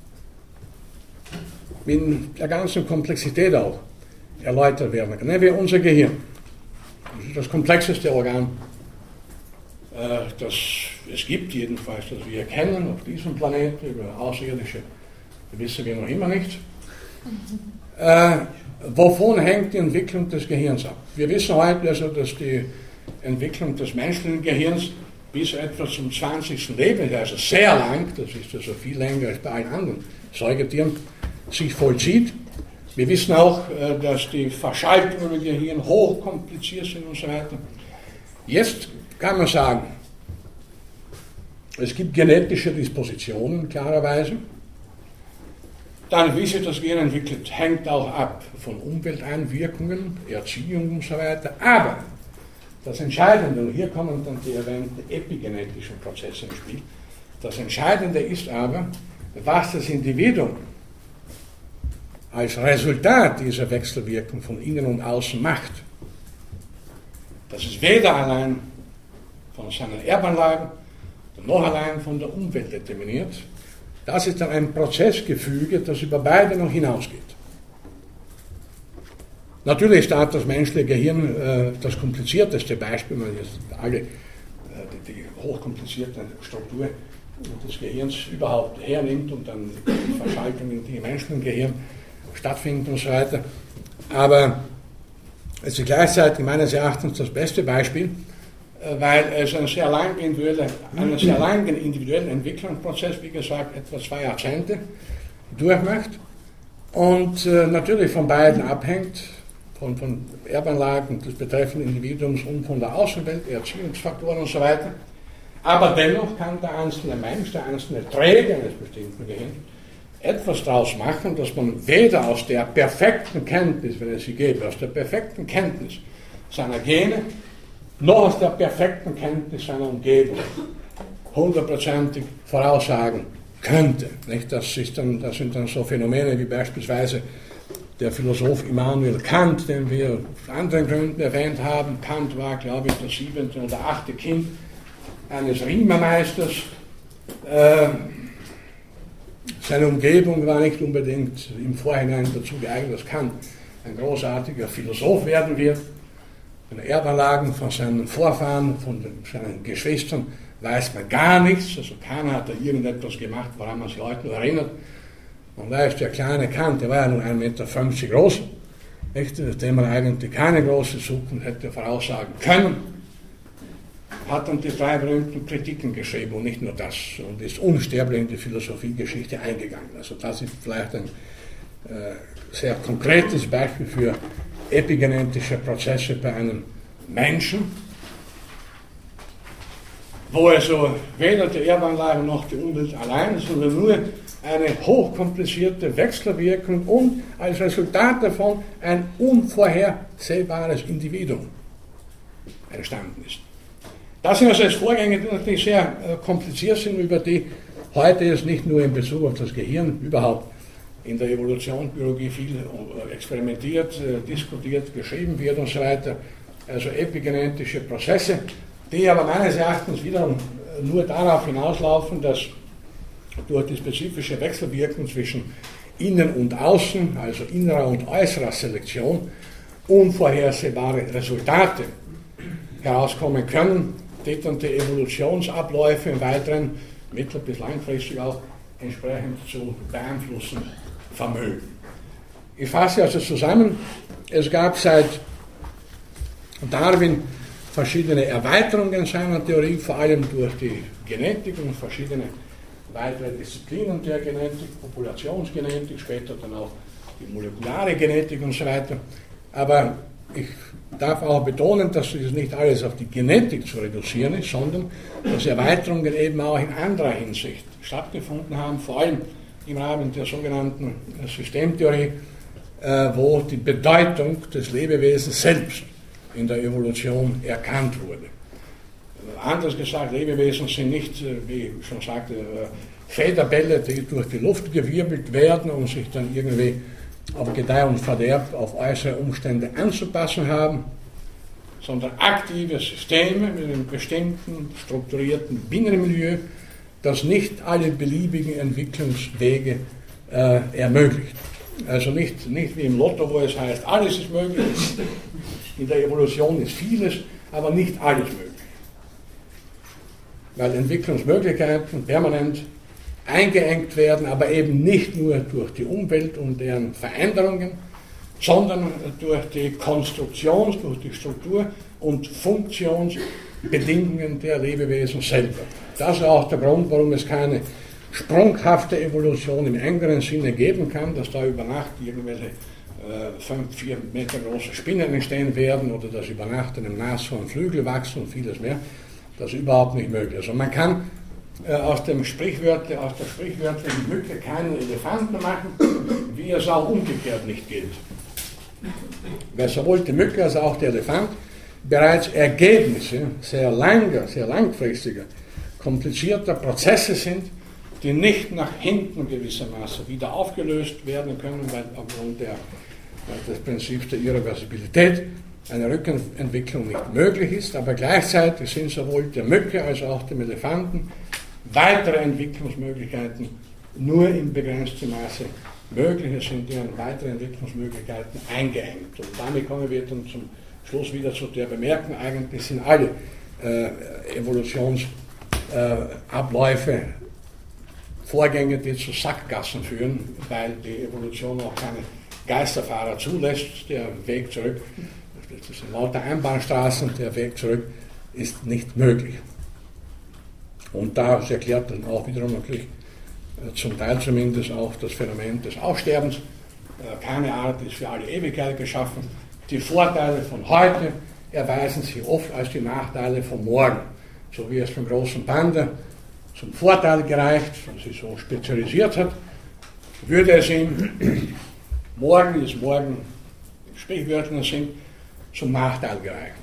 Speaker 1: in der ganzen Komplexität auch erläutert werden kann. Nehmen wir unser Gehirn. Das ist das komplexeste Organ, äh, das es gibt, jedenfalls, das wir kennen auf diesem Planeten. Über Außerirdische wissen wir noch immer nicht. Äh, wovon hängt die Entwicklung des Gehirns ab? Wir wissen heute also, dass die Entwicklung des menschlichen Gehirns bis etwa zum zwanzigsten Lebensjahr, also sehr lang, das ist also viel länger als bei allen anderen Säugetieren, sich vollzieht. Wir wissen auch, dass die Verschaltungen im Gehirn hochkompliziert sind und so weiter. Jetzt kann man sagen, es gibt genetische Dispositionen, klarerweise. Dann, wie sich das Gehirn entwickelt, hängt auch ab von Umwelteinwirkungen, Erziehung und so weiter. Aber das Entscheidende, und hier kommen dann die erwähnten epigenetischen Prozesse ins Spiel, das Entscheidende ist aber, was das Individuum als Resultat dieser Wechselwirkung von innen und außen macht. Das ist weder allein von seinen Erbanlagen, noch allein von der Umwelt determiniert. Das ist dann ein Prozessgefüge, das über beide noch hinausgeht. Natürlich ist da das menschliche Gehirn äh, das komplizierteste Beispiel, wenn man jetzt alle äh, die, die hochkomplizierte Struktur des Gehirns überhaupt hernimmt und dann die Verschaltungen, die im menschlichen Gehirn stattfinden und so weiter. Aber es ist gleichzeitig meines Erachtens das beste Beispiel, weil es einen sehr langen, einen sehr langen individuellen Entwicklungsprozess, wie gesagt, etwa zwei Jahrzehnte durchmacht und äh, natürlich von beiden abhängt, von, von Erbanlagen des betreffenden Individuums und von der Außenwelt, Erziehungsfaktoren und so weiter. Aber dennoch kann der einzelne Mensch, der einzelne Träger eines bestimmten Gehirns etwas daraus machen, dass man weder aus der perfekten Kenntnis, wenn es sie gäbe, aus der perfekten Kenntnis seiner Gene, noch aus der perfekten Kenntnis seiner Umgebung hundertprozentig voraussagen könnte. Nicht? Das, ist dann, das sind dann so Phänomene wie beispielsweise der Philosoph Immanuel Kant, den wir aus anderen Gründen erwähnt haben. Kant war, glaube ich, das siebente oder achte Kind eines Riemermeisters. Äh, seine Umgebung war nicht unbedingt im Vorhinein dazu geeignet, dass Kant ein großartiger Philosoph werden wird. Von den Erbanlagen, von seinen Vorfahren, von den, seinen Geschwistern weiß man gar nichts. Also keiner hat da irgendetwas gemacht, woran man sich heute noch erinnert. Man weiß, der kleine Kant, der war ja nur ein Meter fünfzig groß, nicht, dem man eigentlich keine große Zukunft hätte voraussagen können. Hat dann die drei berühmten Kritiken geschrieben und nicht nur das und ist unsterblich in die Philosophiegeschichte eingegangen. Also das ist vielleicht ein äh, sehr konkretes Beispiel für epigenetische Prozesse bei einem Menschen, wo also weder die Erbanlage noch die Umwelt allein, sondern nur eine hochkomplizierte Wechselwirkung und als Resultat davon ein unvorhersehbares Individuum entstanden ist. Das sind also jetzt Vorgänge, die natürlich sehr äh, kompliziert sind, über die heute ist nicht nur in Bezug auf das Gehirn überhaupt in der Evolutionsbiologie viel äh, experimentiert, äh, diskutiert, geschrieben wird und so weiter. Also epigenetische Prozesse, die aber meines Erachtens wiederum nur darauf hinauslaufen, dass durch die spezifische Wechselwirkung zwischen Innen und Außen, also innerer und äußerer Selektion, unvorhersehbare Resultate herauskommen können, die dann die Evolutionsabläufe im weiteren, mittel- bis langfristig auch entsprechend zu beeinflussen vermögen. Ich fasse also zusammen, es gab seit Darwin verschiedene Erweiterungen seiner Theorie, vor allem durch die Genetik und verschiedene weitere Disziplinen der Genetik, Populationsgenetik, später dann auch die molekulare Genetik und so weiter. Aber ich darf auch betonen, dass es nicht alles auf die Genetik zu reduzieren ist, sondern dass Erweiterungen eben auch in anderer Hinsicht stattgefunden haben, vor allem im Rahmen der sogenannten Systemtheorie, wo die Bedeutung des Lebewesens selbst in der Evolution erkannt wurde. Anders gesagt, Lebewesen sind nicht, wie ich schon sagte, Federbälle, die durch die Luft gewirbelt werden und sich dann irgendwie auf Gedeih und Verderb auf äußere Umstände anzupassen haben, sondern aktive Systeme mit einem bestimmten strukturierten Binnenmilieu, das nicht alle beliebigen Entwicklungswege äh, ermöglicht. Also nicht, nicht wie im Lotto, wo es heißt, alles ist möglich. In der Evolution ist vieles, aber nicht alles möglich. Weil Entwicklungsmöglichkeiten permanent eingeengt werden, aber eben nicht nur durch die Umwelt und deren Veränderungen, sondern durch die Konstruktions-, durch die Struktur- und Funktionsbedingungen der Lebewesen selber. Das ist auch der Grund, warum es keine sprunghafte Evolution im engeren Sinne geben kann, dass da über Nacht irgendwelche fünf, vier Meter große Spinnen entstehen werden oder dass über Nacht einem Nashorn Flügel wachsen und vieles mehr. Das ist überhaupt nicht möglich. Also man kann äh, aus, dem Sprichwörtlich, aus der sprichwörtlichen Mücke keinen Elefanten machen, wie es auch umgekehrt nicht geht. Weil sowohl die Mücke als auch der Elefant bereits Ergebnisse sehr langer, sehr langfristiger, komplizierter Prozesse sind, die nicht nach hinten gewissermaßen wieder aufgelöst werden können, weil aufgrund der, des Prinzips der Irreversibilität eine Rückentwicklung nicht möglich ist, aber gleichzeitig sind sowohl der Mücke als auch dem Elefanten weitere Entwicklungsmöglichkeiten nur in begrenztem Maße möglich. Es sind deren weitere Entwicklungsmöglichkeiten eingeengt. Und damit kommen wir dann zum Schluss wieder zu der Bemerkung, eigentlich sind alle äh, Evolutionsabläufe äh, Vorgänge, die zu Sackgassen führen, weil die Evolution auch keine Geisterfahrer zulässt. Der Weg zurück, das sind lauter Einbahnstraßen, der Weg zurück ist nicht möglich. Und da erklärt dann auch wiederum natürlich zum Teil zumindest auch das Phänomen des Aussterbens. Keine Art ist für alle Ewigkeit geschaffen. Die Vorteile von heute erweisen sich oft als die Nachteile von morgen. So wie es vom großen Panda zum Vorteil gereicht, wenn sich so spezialisiert hat, würde es ihm morgen ist morgen im sprichwörtlichen Sinn zum Nachteil gereichen.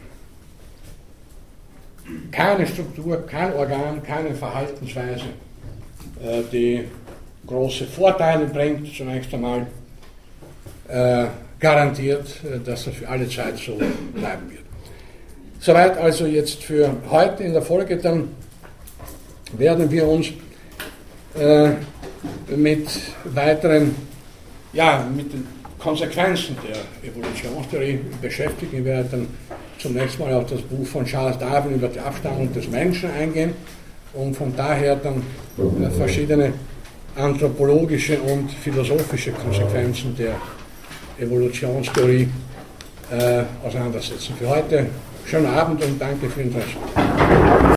Speaker 1: Keine Struktur, kein Organ, keine Verhaltensweise, die große Vorteile bringt, zunächst einmal äh, garantiert, dass das für alle Zeit so bleiben wird. Soweit also jetzt für heute. In der Folge dann werden wir uns äh, mit weiteren, ja, mit den Konsequenzen der Evolutionstheorie beschäftigen. Ich werde dann zunächst mal auf das Buch von Charles Darwin über die Abstammung des Menschen eingehen und von daher dann äh, verschiedene anthropologische und philosophische Konsequenzen der Evolutionstheorie äh, auseinandersetzen. Für heute schönen Abend und danke für Ihr Interesse.